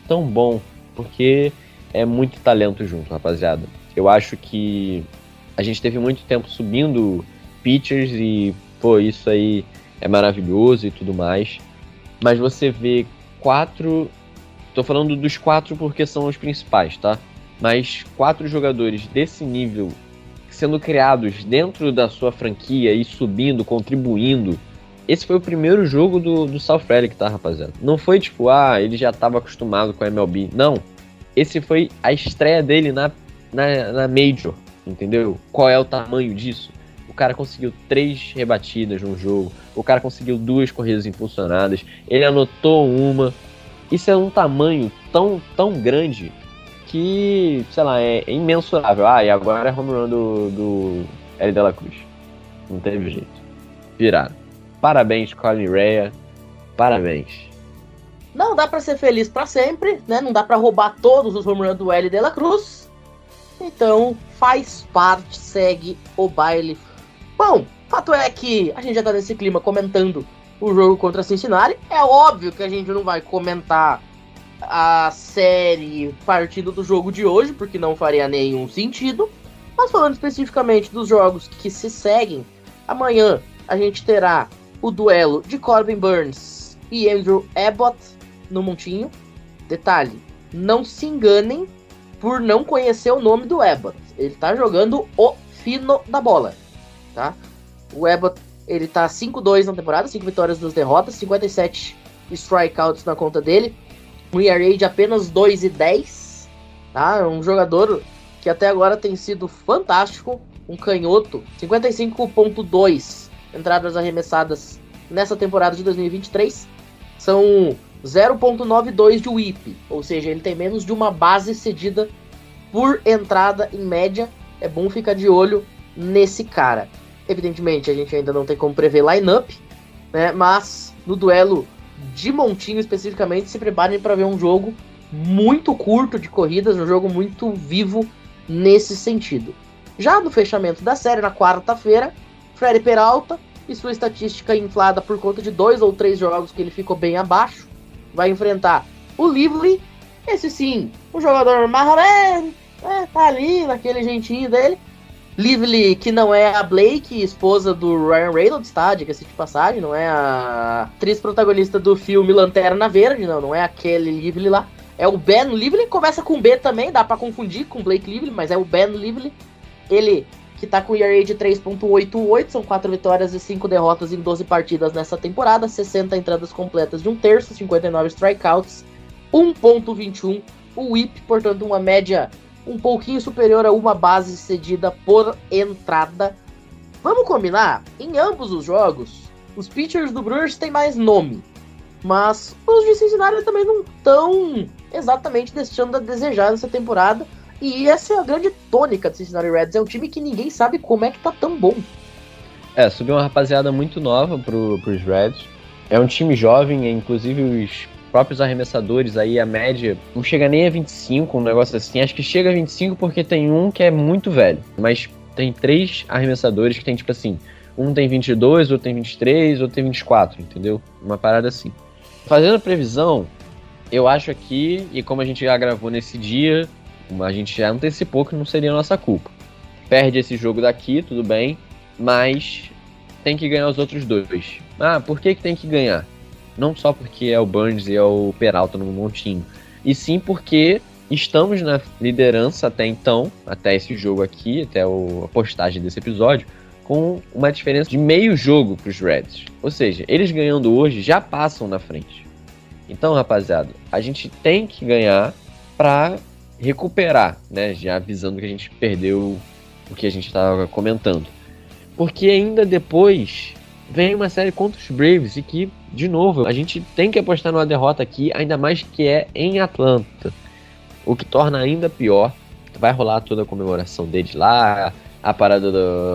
porque é muito talento junto, rapaziada. Eu acho que a gente teve muito tempo subindo pitchers e, pô, isso aí é maravilhoso e tudo mais. Mas você vê 4... Tô falando dos 4 porque são os principais, tá? Mas 4 jogadores desse nível sendo criados dentro da sua franquia e subindo, contribuindo. Esse foi o primeiro jogo do Sal Frelick, tá, rapaziada? Não foi tipo, ele já estava acostumado com a MLB. Não. Esse foi a estreia dele na Major, entendeu? Qual é o tamanho disso? O cara conseguiu 3 rebatidas no jogo. O cara conseguiu 2 corridas impulsionadas. Ele anotou uma. Isso é um tamanho tão grande que, sei lá, é imensurável. E agora é home run do L. De La Cruz. Não teve jeito. Viraram. Parabéns, Colin Rea. Parabéns. Não dá pra ser feliz pra sempre, né? Não dá pra roubar todos os home runs do L. De La Cruz. Então, faz parte, segue o baile. Bom, fato é que a gente já tá nesse clima comentando o jogo contra Cincinnati. É óbvio que a gente não vai comentar a série partindo do jogo de hoje, porque não faria nenhum sentido. Mas falando especificamente dos jogos que se seguem, amanhã a gente terá o duelo de Corbin Burnes e Andrew Abbott no montinho. Detalhe, não se enganem por não conhecer o nome do Abbott. Ele tá jogando o fino da bola, tá? O Abbott, ele tá 5-2 na temporada, 5 vitórias, 2 derrotas, 57 strikeouts na conta dele. Um ERA de apenas 2,10, tá? Um jogador que até agora tem sido fantástico, um canhoto, 55,2 entradas arremessadas nessa temporada de 2023, são 0,92 de whip, ou seja, ele tem menos de uma base cedida por entrada em média. É bom ficar de olho nesse cara. Evidentemente, a gente ainda não tem como prever line-up, né? Mas no duelo de montinho especificamente, se preparem para ver um jogo muito curto de corridas, um jogo muito vivo nesse sentido. Já no fechamento da série, na quarta-feira, Freddy Peralta e sua estatística inflada por conta de 2 ou 3 jogos que ele ficou bem abaixo, vai enfrentar o Lively. Esse sim, um jogador marromeno, tá ali naquele jeitinho dele. Lively, que não é a Blake, esposa do Ryan Reynolds, tá? Diga-se de passagem, não é a atriz protagonista do filme Lanterna Verde, não é aquele Lively lá. É o Ben Lively, começa com B também, dá pra confundir com Blake Lively, mas é o Ben Lively. Ele que tá com ERA de 3,88, são 4 vitórias e 5 derrotas em 12 partidas nessa temporada, 60 entradas completas de 1/3, 59 strikeouts, 1,21 o whip, portanto uma média um pouquinho superior a uma base cedida por entrada. Vamos combinar? Em ambos os jogos, os pitchers do Brewers têm mais nome, mas os de Cincinnati também não estão exatamente deixando a desejar nessa temporada. E essa é a grande tônica do Cincinnati Reds. É um time que ninguém sabe como é que tá tão bom. Subiu uma rapaziada muito nova pros Reds. É um time jovem, inclusive os próprios arremessadores aí, a média não chega nem a 25, um negócio assim. Acho que chega a 25 porque tem um que é muito velho. Mas tem 3 arremessadores que tem, tipo assim, Um tem 22, outro tem 23, outro tem 24, entendeu? Uma parada assim. Fazendo a previsão, eu acho aqui, e como a gente já gravou nesse dia, a gente já antecipou que não seria nossa culpa. Perde esse jogo daqui, tudo bem, mas tem que ganhar os outros dois. Ah, por que tem que ganhar? Não só porque é o Burns e é o Peralta no montinho, e sim porque estamos na liderança até então, até esse jogo aqui, até a postagem desse episódio, com uma diferença de meio jogo para os Reds. Ou seja, eles ganhando hoje já passam na frente. Então, rapaziada, a gente tem que ganhar para recuperar, né? Já avisando que a gente perdeu o que a gente estava comentando. Porque ainda depois vem uma série contra os Braves e que, de novo, a gente tem que apostar numa derrota aqui, ainda mais que é em Atlanta. O que torna ainda pior. Vai rolar toda a comemoração deles lá, a parada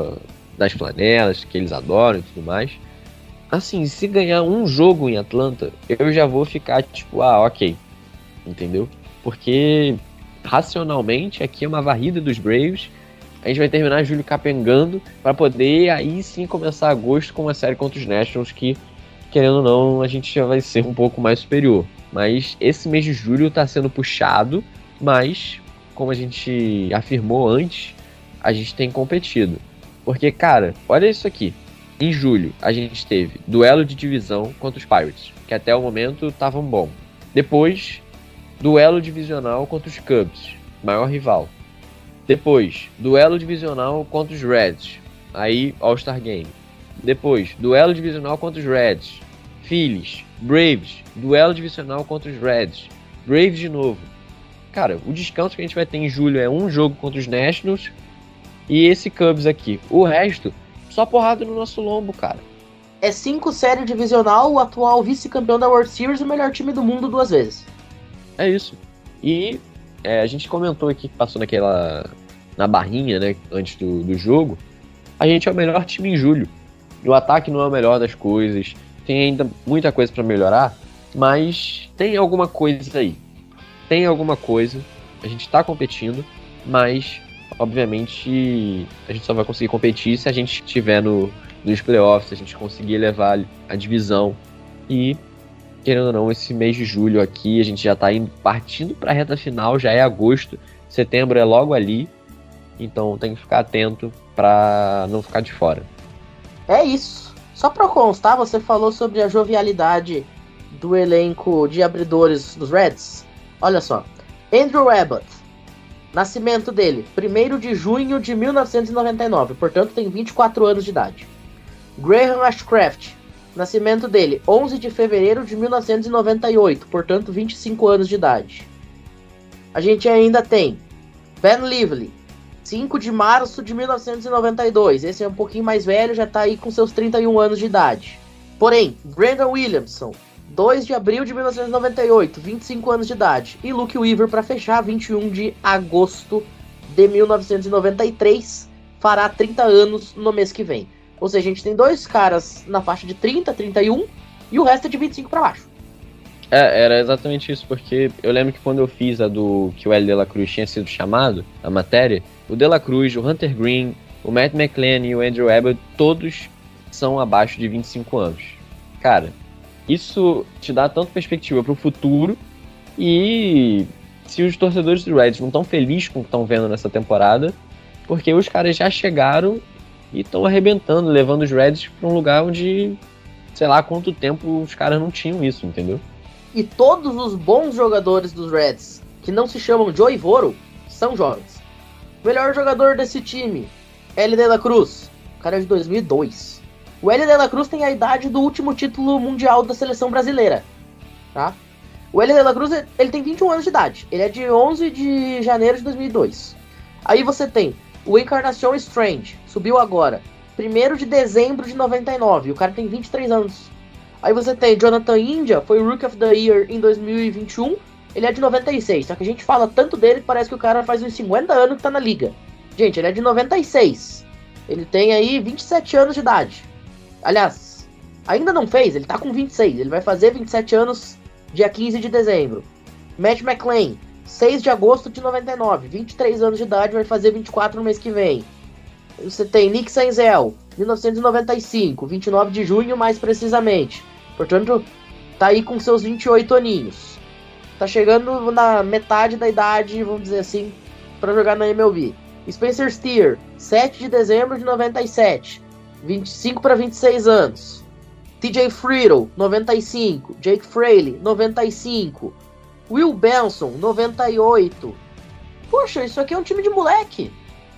das flanelas, que eles adoram e tudo mais. Assim, se ganhar um jogo em Atlanta, eu já vou ficar tipo, ok. Entendeu? Porque, racionalmente, aqui é uma varrida dos Braves. A gente vai terminar julho capengando para poder aí sim começar agosto com uma série contra os Nationals que, querendo ou não, a gente já vai ser um pouco mais superior. Mas esse mês de julho tá sendo puxado, mas, como a gente afirmou antes, a gente tem competido. Porque, cara, olha isso aqui. Em julho, a gente teve duelo de divisão contra os Pirates, que até o momento estavam bom. Depois, duelo divisional contra os Cubs, maior rival. Depois, duelo divisional contra os Reds, aí All-Star Game. Depois, duelo divisional contra os Reds, Phillies, Braves, duelo divisional contra os Reds, Braves de novo. Cara, o descanso que a gente vai ter em julho é um jogo contra os Nationals e esse Cubs aqui. O resto, só porrada no nosso lombo, cara. É 5 série divisional, o atual vice-campeão da World Series, o melhor time do mundo 2 vezes. É isso. E a gente comentou aqui que passou na barrinha, né, antes do jogo. A gente é o melhor time em julho. O ataque não é o melhor das coisas. Tem ainda muita coisa para melhorar, mas tem alguma coisa aí. Tem alguma coisa. A gente tá competindo, mas obviamente a gente só vai conseguir competir se a gente estiver nos playoffs, se a gente conseguir levar a divisão. E, querendo ou não, esse mês de julho aqui, a gente já tá partindo pra reta final, já é agosto, setembro é logo ali, então tem que ficar atento pra não ficar de fora. É isso. Só pra constar, você falou sobre a jovialidade do elenco de abridores dos Reds. Olha só, Andrew Abbott, nascimento dele, 1º de junho de 1999, portanto tem 24 anos de idade. Graham Ashcraft, nascimento dele, 11 de fevereiro de 1998, portanto 25 anos de idade. A gente ainda tem Ben Lively, 5 de março de 1992, esse é um pouquinho mais velho, já tá aí com seus 31 anos de idade. Porém, Brandon Williamson, 2 de abril de 1998, 25 anos de idade. E Luke Weaver, para fechar, 21 de agosto de 1993, fará 30 anos no mês que vem. Ou seja, a gente tem 2 caras na faixa de 30, 31 e o resto é de 25 para baixo. Era exatamente isso, porque eu lembro que quando eu fiz a do que o L. De La Cruz tinha sido chamado, a matéria, o De La Cruz, o Hunter Green, o Matt McLain e o Andrew Abbott, todos são abaixo de 25 anos. Cara, isso te dá tanto perspectiva pro futuro, e se os torcedores do Reds não estão felizes com o que estão vendo nessa temporada, porque os caras já chegaram e estão arrebentando, levando os Reds para um lugar onde, sei lá quanto tempo os caras não tinham isso, entendeu? E todos os bons jogadores dos Reds, que não se chamam Joey Votto, são jovens. O melhor jogador desse time, L. De La Cruz, o cara é de 2002. O L. De La Cruz tem a idade do último título mundial da seleção brasileira, tá? O L. De La Cruz, ele tem 21 anos de idade. Ele é de 11 de janeiro de 2002. Aí você tem o Encarnacion Strange, subiu agora, 1º de dezembro de 99. O cara tem 23 anos. Aí você tem Jonathan India, foi o Rookie of the Year em 2021. Ele é de 96, só que a gente fala tanto dele que parece que o cara faz uns 50 anos que tá na liga. Gente, ele é de 96. Ele tem aí 27 anos de idade. Aliás, ainda não fez, ele tá com 26. Ele vai fazer 27 anos dia 15 de dezembro. Matt McLain, 6 de agosto de 99. 23 anos de idade, vai fazer 24 no mês que vem. Você tem Nick Senzel, 1995, 29 de junho mais precisamente. Portanto, tá aí com seus 28 aninhos. Tá chegando na metade da idade, vamos dizer assim, para jogar na MLB. Spencer Steer, 7 de dezembro de 97, 25 para 26 anos. TJ Friedl, 95. Jake Fraley, 95. Will Benson, 98. Poxa, isso aqui é um time de moleque.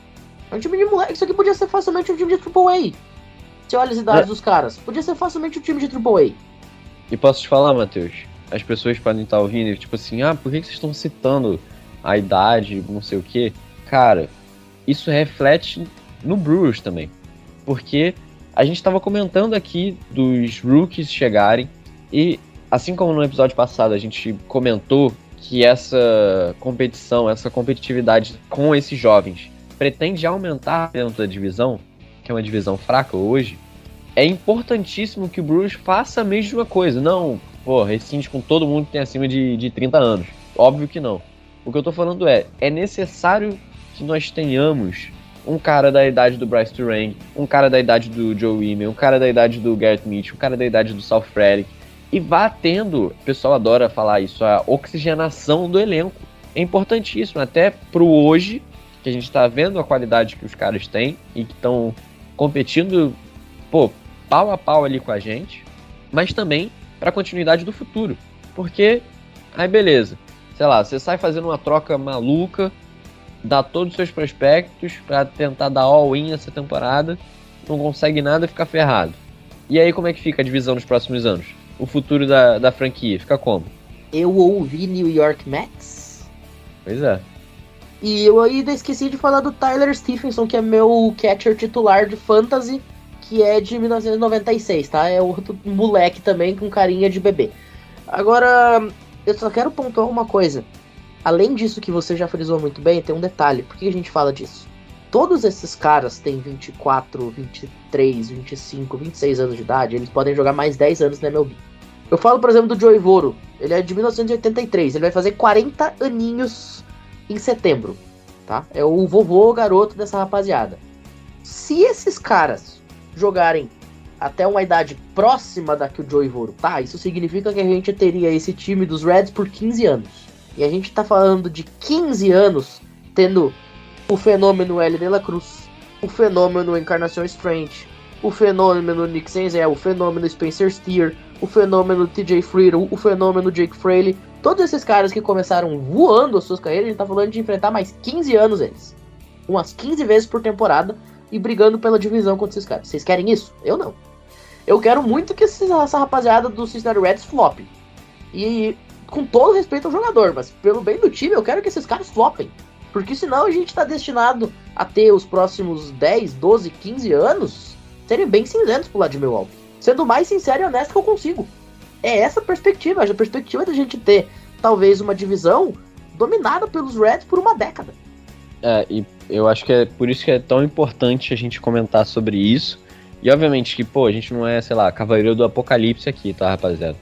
É um time de moleque. Isso aqui podia ser facilmente um time de AAA. Você olha as idades dos caras. Podia ser facilmente um time de AAA. E posso te falar, Matheus? As pessoas podem estar ouvindo, tipo assim, por que vocês estão citando a idade, não sei o quê? Cara, isso reflete no Brewers também. Porque a gente estava comentando aqui dos rookies chegarem e, assim como no episódio passado a gente comentou que essa competição, essa competitividade com esses jovens pretende aumentar dentro da divisão, que é uma divisão fraca hoje, é importantíssimo que o Brewers faça a mesma coisa. Não, rescinde com todo mundo que tem acima de 30 anos. Óbvio que não. O que eu tô falando é necessário que nós tenhamos um cara da idade do Bryce Turang, um cara da idade do Joe Wiemer, um cara da idade do Garrett Mitchell, um cara da idade do Sal Frelick, e vá tendo, o pessoal adora falar isso, a oxigenação do elenco. É importantíssimo, até pro hoje, que a gente tá vendo a qualidade que os caras têm e que estão competindo, pau a pau ali com a gente, mas também pra continuidade do futuro. Porque, aí beleza, sei lá, você sai fazendo uma troca maluca, dá todos os seus prospectos pra tentar dar all-in essa temporada, não consegue nada e fica ferrado. E aí como é que fica a divisão nos próximos anos? O futuro da franquia fica como? Eu ouvi New York Mets. Pois é. E eu ainda esqueci de falar do Tyler Stephenson, que é meu catcher titular de fantasy, que é de 1996, tá? É outro moleque também com carinha de bebê. Agora, eu só quero pontuar uma coisa. Além disso que você já frisou muito bem, tem um detalhe. Por que a gente fala disso? Todos esses caras têm 24, 23, 25, 26 anos de idade. Eles podem jogar mais 10 anos na MLB. Eu falo, por exemplo, do Joey Voro. Ele é de 1983. Ele vai fazer 40 aninhos em setembro. Tá? É o vovô garoto dessa rapaziada. Se esses caras jogarem até uma idade próxima da que o Joey Voro tá, isso significa que a gente teria esse time dos Reds por 15 anos. E a gente tá falando de 15 anos tendo o fenômeno L. de la Cruz, o fenômeno Encarnação Strange, o fenômeno Nick Senzel, o fenômeno Spencer Steer, o fenômeno TJ Friedl, o fenômeno Jake Fraley. Todos esses caras que começaram voando as suas carreiras, a gente tá falando de enfrentar mais 15 anos eles. Umas 15 vezes por temporada e brigando pela divisão contra esses caras. Vocês querem isso? Eu não. Eu quero muito que essa rapaziada do Cincinnati Reds flop. E com todo respeito ao jogador, mas pelo bem do time, eu quero que esses caras flopem. Porque senão a gente tá destinado a ter os próximos 10, 12, 15 anos serem bem cinzentos pro lado de Milwaukee. Sendo o mais sincero e honesto que eu consigo. É essa a perspectiva da gente ter talvez uma divisão dominada pelos Reds por uma década. E eu acho que é por isso que é tão importante a gente comentar sobre isso. E obviamente que, a gente não é, sei lá, cavaleiro do apocalipse aqui, tá, rapaziada?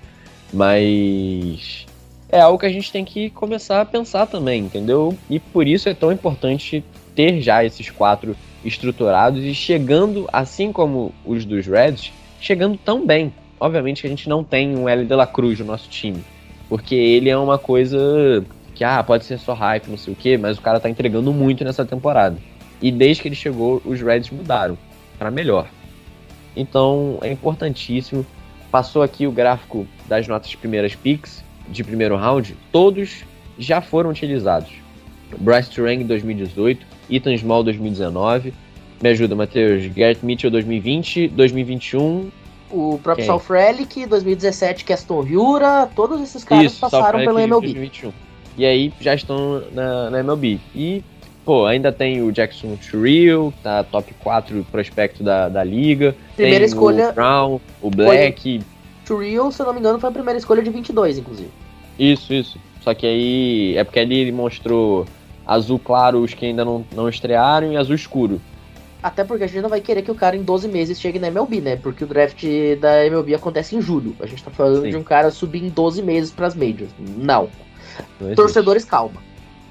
Mas é algo que a gente tem que começar a pensar também, entendeu? E por isso é tão importante ter já esses 4 estruturados e chegando, assim como os dos Reds, chegando tão bem. Obviamente que a gente não tem um L. de la Cruz no nosso time, porque ele é uma coisa que, pode ser só hype, não sei o quê, mas o cara tá entregando muito nessa temporada. E desde que ele chegou, os Reds mudaram para melhor. Então é importantíssimo. Passou aqui o gráfico das nossas primeiras picks de primeiro round, todos já foram utilizados. Bryce Turang 2018, Ethan Small 2019, me ajuda, Matheus, Garrett Mitchell 2020, 2021... O próprio Sal Frelick, 2017, Keston Hiura, todos esses caras passaram pela MLB. 2021. E aí já estão na MLB. E, ainda tem o Jackson Churriel, que tá top 4 prospecto da liga. Primeira tem escolha, o Brown, o Black. Churriel, se eu não me engano, foi a primeira escolha de 22, inclusive. Isso. Só que aí, é porque ali ele mostrou azul claro os que ainda não estrearam e azul escuro. Até porque a gente não vai querer que o cara em 12 meses chegue na MLB, né? Porque o draft da MLB acontece em julho. A gente tá falando de um cara subir em 12 meses pras Majors. Não. Torcedores, calma.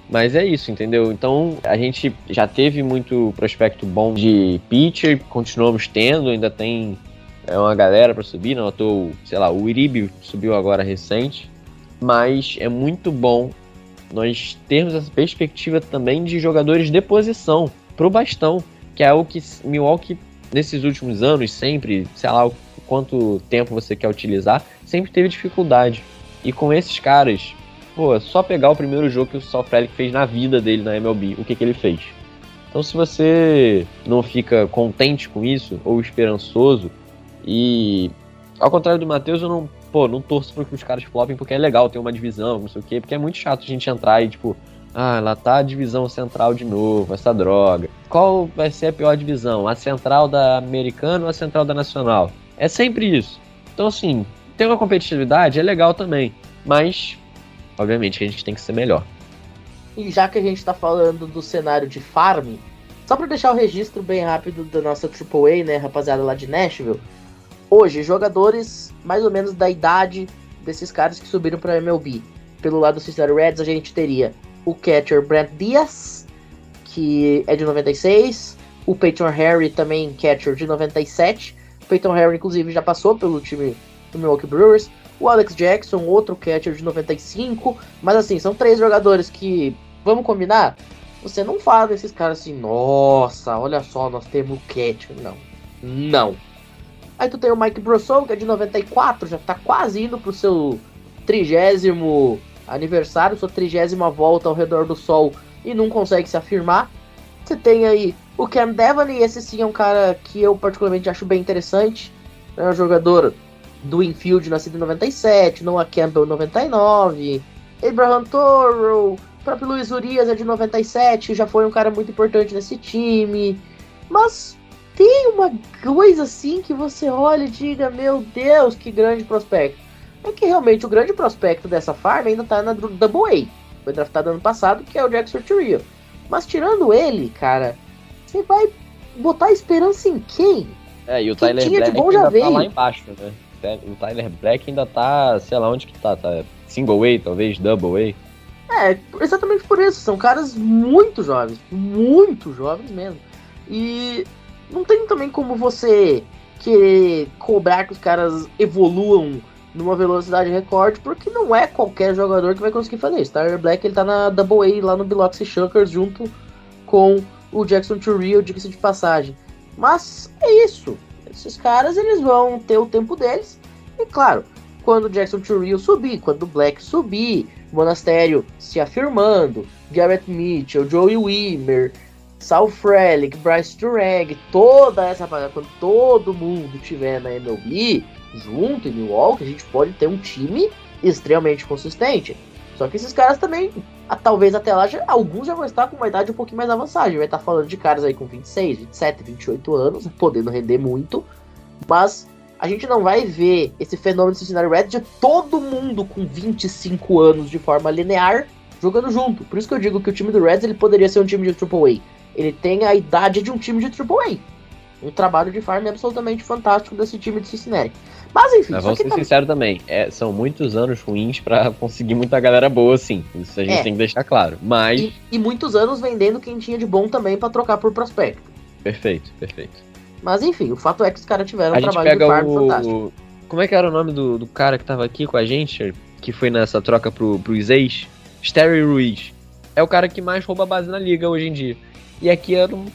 Mas é isso, entendeu? Então a gente já teve muito prospecto bom de pitcher, continuamos tendo, ainda tem uma galera para subir, não à toa, sei lá, o Uribe subiu agora recente, mas é muito bom nós termos essa perspectiva também de jogadores de posição pro bastão, que é algo que Milwaukee nesses últimos anos sempre, sei lá quanto tempo você quer utilizar, sempre teve dificuldade. E com esses caras, pô, é só pegar o primeiro jogo que o Sal Frelick fez na vida dele na MLB, o que ele fez. Então se você não fica contente com isso, ou esperançoso, e ao contrário do Matheus, eu não torço para que os caras flopem porque é legal ter uma divisão, não sei o quê, porque é muito chato a gente entrar e tipo, lá tá a divisão central de novo, essa droga. Qual vai ser a pior divisão? A central da Americana ou a central da Nacional? É sempre isso. Então assim, ter uma competitividade é legal também, mas obviamente que a gente tem que ser melhor. E já que a gente tá falando do cenário de farm, só para deixar o registro bem rápido da nossa AAA, né, rapaziada lá de Nashville, hoje, jogadores mais ou menos da idade desses caras que subiram para MLB. Pelo lado do Cincinnati Reds, a gente teria o catcher Brent Diaz, que é de 96, o Peyton Harry também catcher de 97, o Peyton Harry inclusive já passou pelo time do Milwaukee Brewers, o Alex Jackson, outro catcher de 95, mas assim, são 3 jogadores que, vamos combinar, você não fala desses caras assim, nossa, olha só, nós temos o catcher, não. Aí tu tem o Mike Brosseau, que é de 94, já tá quase indo pro seu 30º aniversário, sua 30ª volta ao redor do sol e não consegue se afirmar. Você tem aí o Cam Devaney, esse sim é um cara que eu particularmente acho bem interessante. É um jogador do infield, nascido em 97, Noah Campbell em 99, Abraham Toro, o próprio Luiz Urias é de 97, já foi um cara muito importante nesse time. Mas tem uma coisa assim que você olha e diga, meu Deus, que grande prospecto. É que realmente o grande prospecto dessa farm ainda tá na Double-A. Foi draftado ano passado, que é o Jackson Chourio. Mas tirando ele, cara, você vai botar esperança em quem? E o Tyler Black ainda tá lá embaixo, né? O Tyler Black ainda tá, sei lá onde que tá Single-A, talvez, Double-A. Exatamente por isso. São caras muito jovens mesmo. E não tem também como você querer cobrar que os caras evoluam numa velocidade recorde, porque não é qualquer jogador que vai conseguir fazer isso. Tyler Black, ele tá na Double-A lá no Biloxi Shuckers junto com o Jackson Chourio, diga-se de passagem. Mas é isso. Esses caras, eles vão ter o tempo deles. E claro, quando o Jackson Chourio subir, quando o Black subir, o Monastério se afirmando, Garrett Mitchell, Joey Wiemer, Sal Frelick, Bryce Turang, toda essa rapaziada, quando todo mundo estiver na MLB junto em Milwaukee, a gente pode ter um time extremamente consistente. Só que esses caras também, talvez até lá, alguns já vão estar com uma idade um pouquinho mais avançada. Vai estar falando de caras aí com 26, 27, 28 anos, podendo render muito. Mas a gente não vai ver esse fenômeno de Cincinnati Reds de todo mundo com 25 anos de forma linear jogando junto. Por isso que eu digo que o time do Reds ele poderia ser um time de AAA. Ele tem a idade de um time de AAA. Um trabalho de farm absolutamente fantástico desse time de Cincinnati. Mas enfim, mas vamos ser sinceros também, são muitos anos ruins pra conseguir muita galera boa, sim. Isso a gente tem que deixar claro. Mas... E muitos anos vendendo quem tinha de bom também pra trocar por prospecto. Perfeito. Mas enfim, o fato é que os caras tiveram um trabalho de farm fantástico. Como é que era o nome do cara que tava aqui com a gente, que foi nessa troca pros ex? Sterry Ruiz. É o cara que mais rouba base na liga hoje em dia. E aqui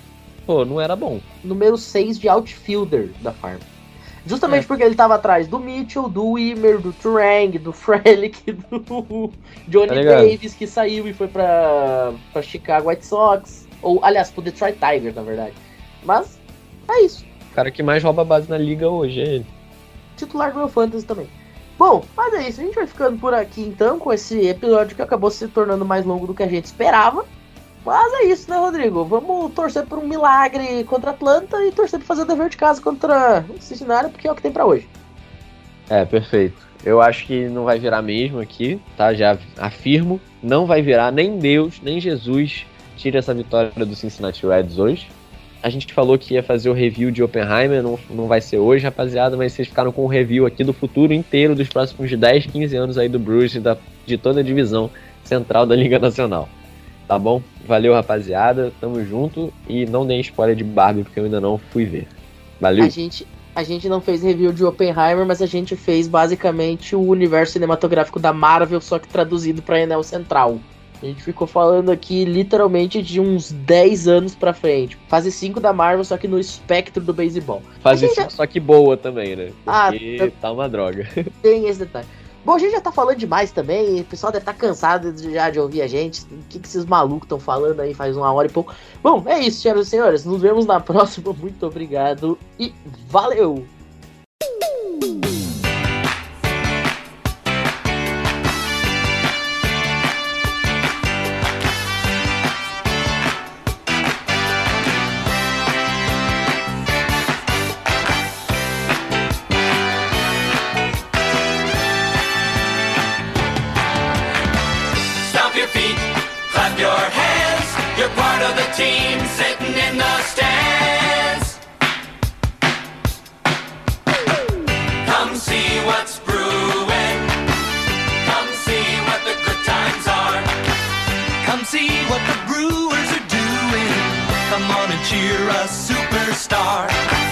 não era bom. Número 6 de outfielder da farm. Justamente porque ele tava atrás do Mitchell, do Wiemer, do Turang, do Frelick, do Johnny Davis, que saiu e foi pra Chicago White Sox. Ou, aliás, pro Detroit Tigers, na verdade. Mas, é isso. O cara que mais rouba base na liga hoje é ele. Titular do meu Fantasy também. Bom, mas é isso. A gente vai ficando por aqui, então, com esse episódio que acabou se tornando mais longo do que a gente esperava. Mas é isso, né, Rodrigo? Vamos torcer por um milagre contra a Atlanta e torcer por fazer o dever de casa contra o Cincinnati, porque é o que tem pra hoje. Perfeito. Eu acho que não vai virar mesmo aqui, tá? Já afirmo. Não vai virar, nem Deus, nem Jesus tira essa vitória do Cincinnati Reds hoje. A gente falou que ia fazer o review de Oppenheimer, não vai ser hoje, rapaziada, mas vocês ficaram com o review aqui do futuro inteiro dos próximos 10, 15 anos aí do Brewers e de toda a divisão central da Liga Nacional. Tá bom? Valeu, rapaziada. Tamo junto. E não dei spoiler de Barbie, porque eu ainda não fui ver. Valeu. A gente não fez review de Oppenheimer, mas a gente fez basicamente o universo cinematográfico da Marvel, só que traduzido pra Enel Central. A gente ficou falando aqui literalmente de uns 10 anos pra frente. Fase 5 da Marvel, só que no espectro do beisebol. Fase 5, só que boa também, né? Porque tá uma droga. Tem esse detalhe. Bom, a gente já tá falando demais também, o pessoal deve estar cansado já de ouvir a gente. O que esses malucos estão falando aí faz 1 hora e pouco. Bom, é isso, senhoras e senhores. Nos vemos na próxima. Muito obrigado e valeu! Stomp your feet, clap your hands. You're part of the team sitting in the stands. Come see what's brewing. Come see what the good times are. Come see what the Brewers are doing. Come on and cheer a superstar.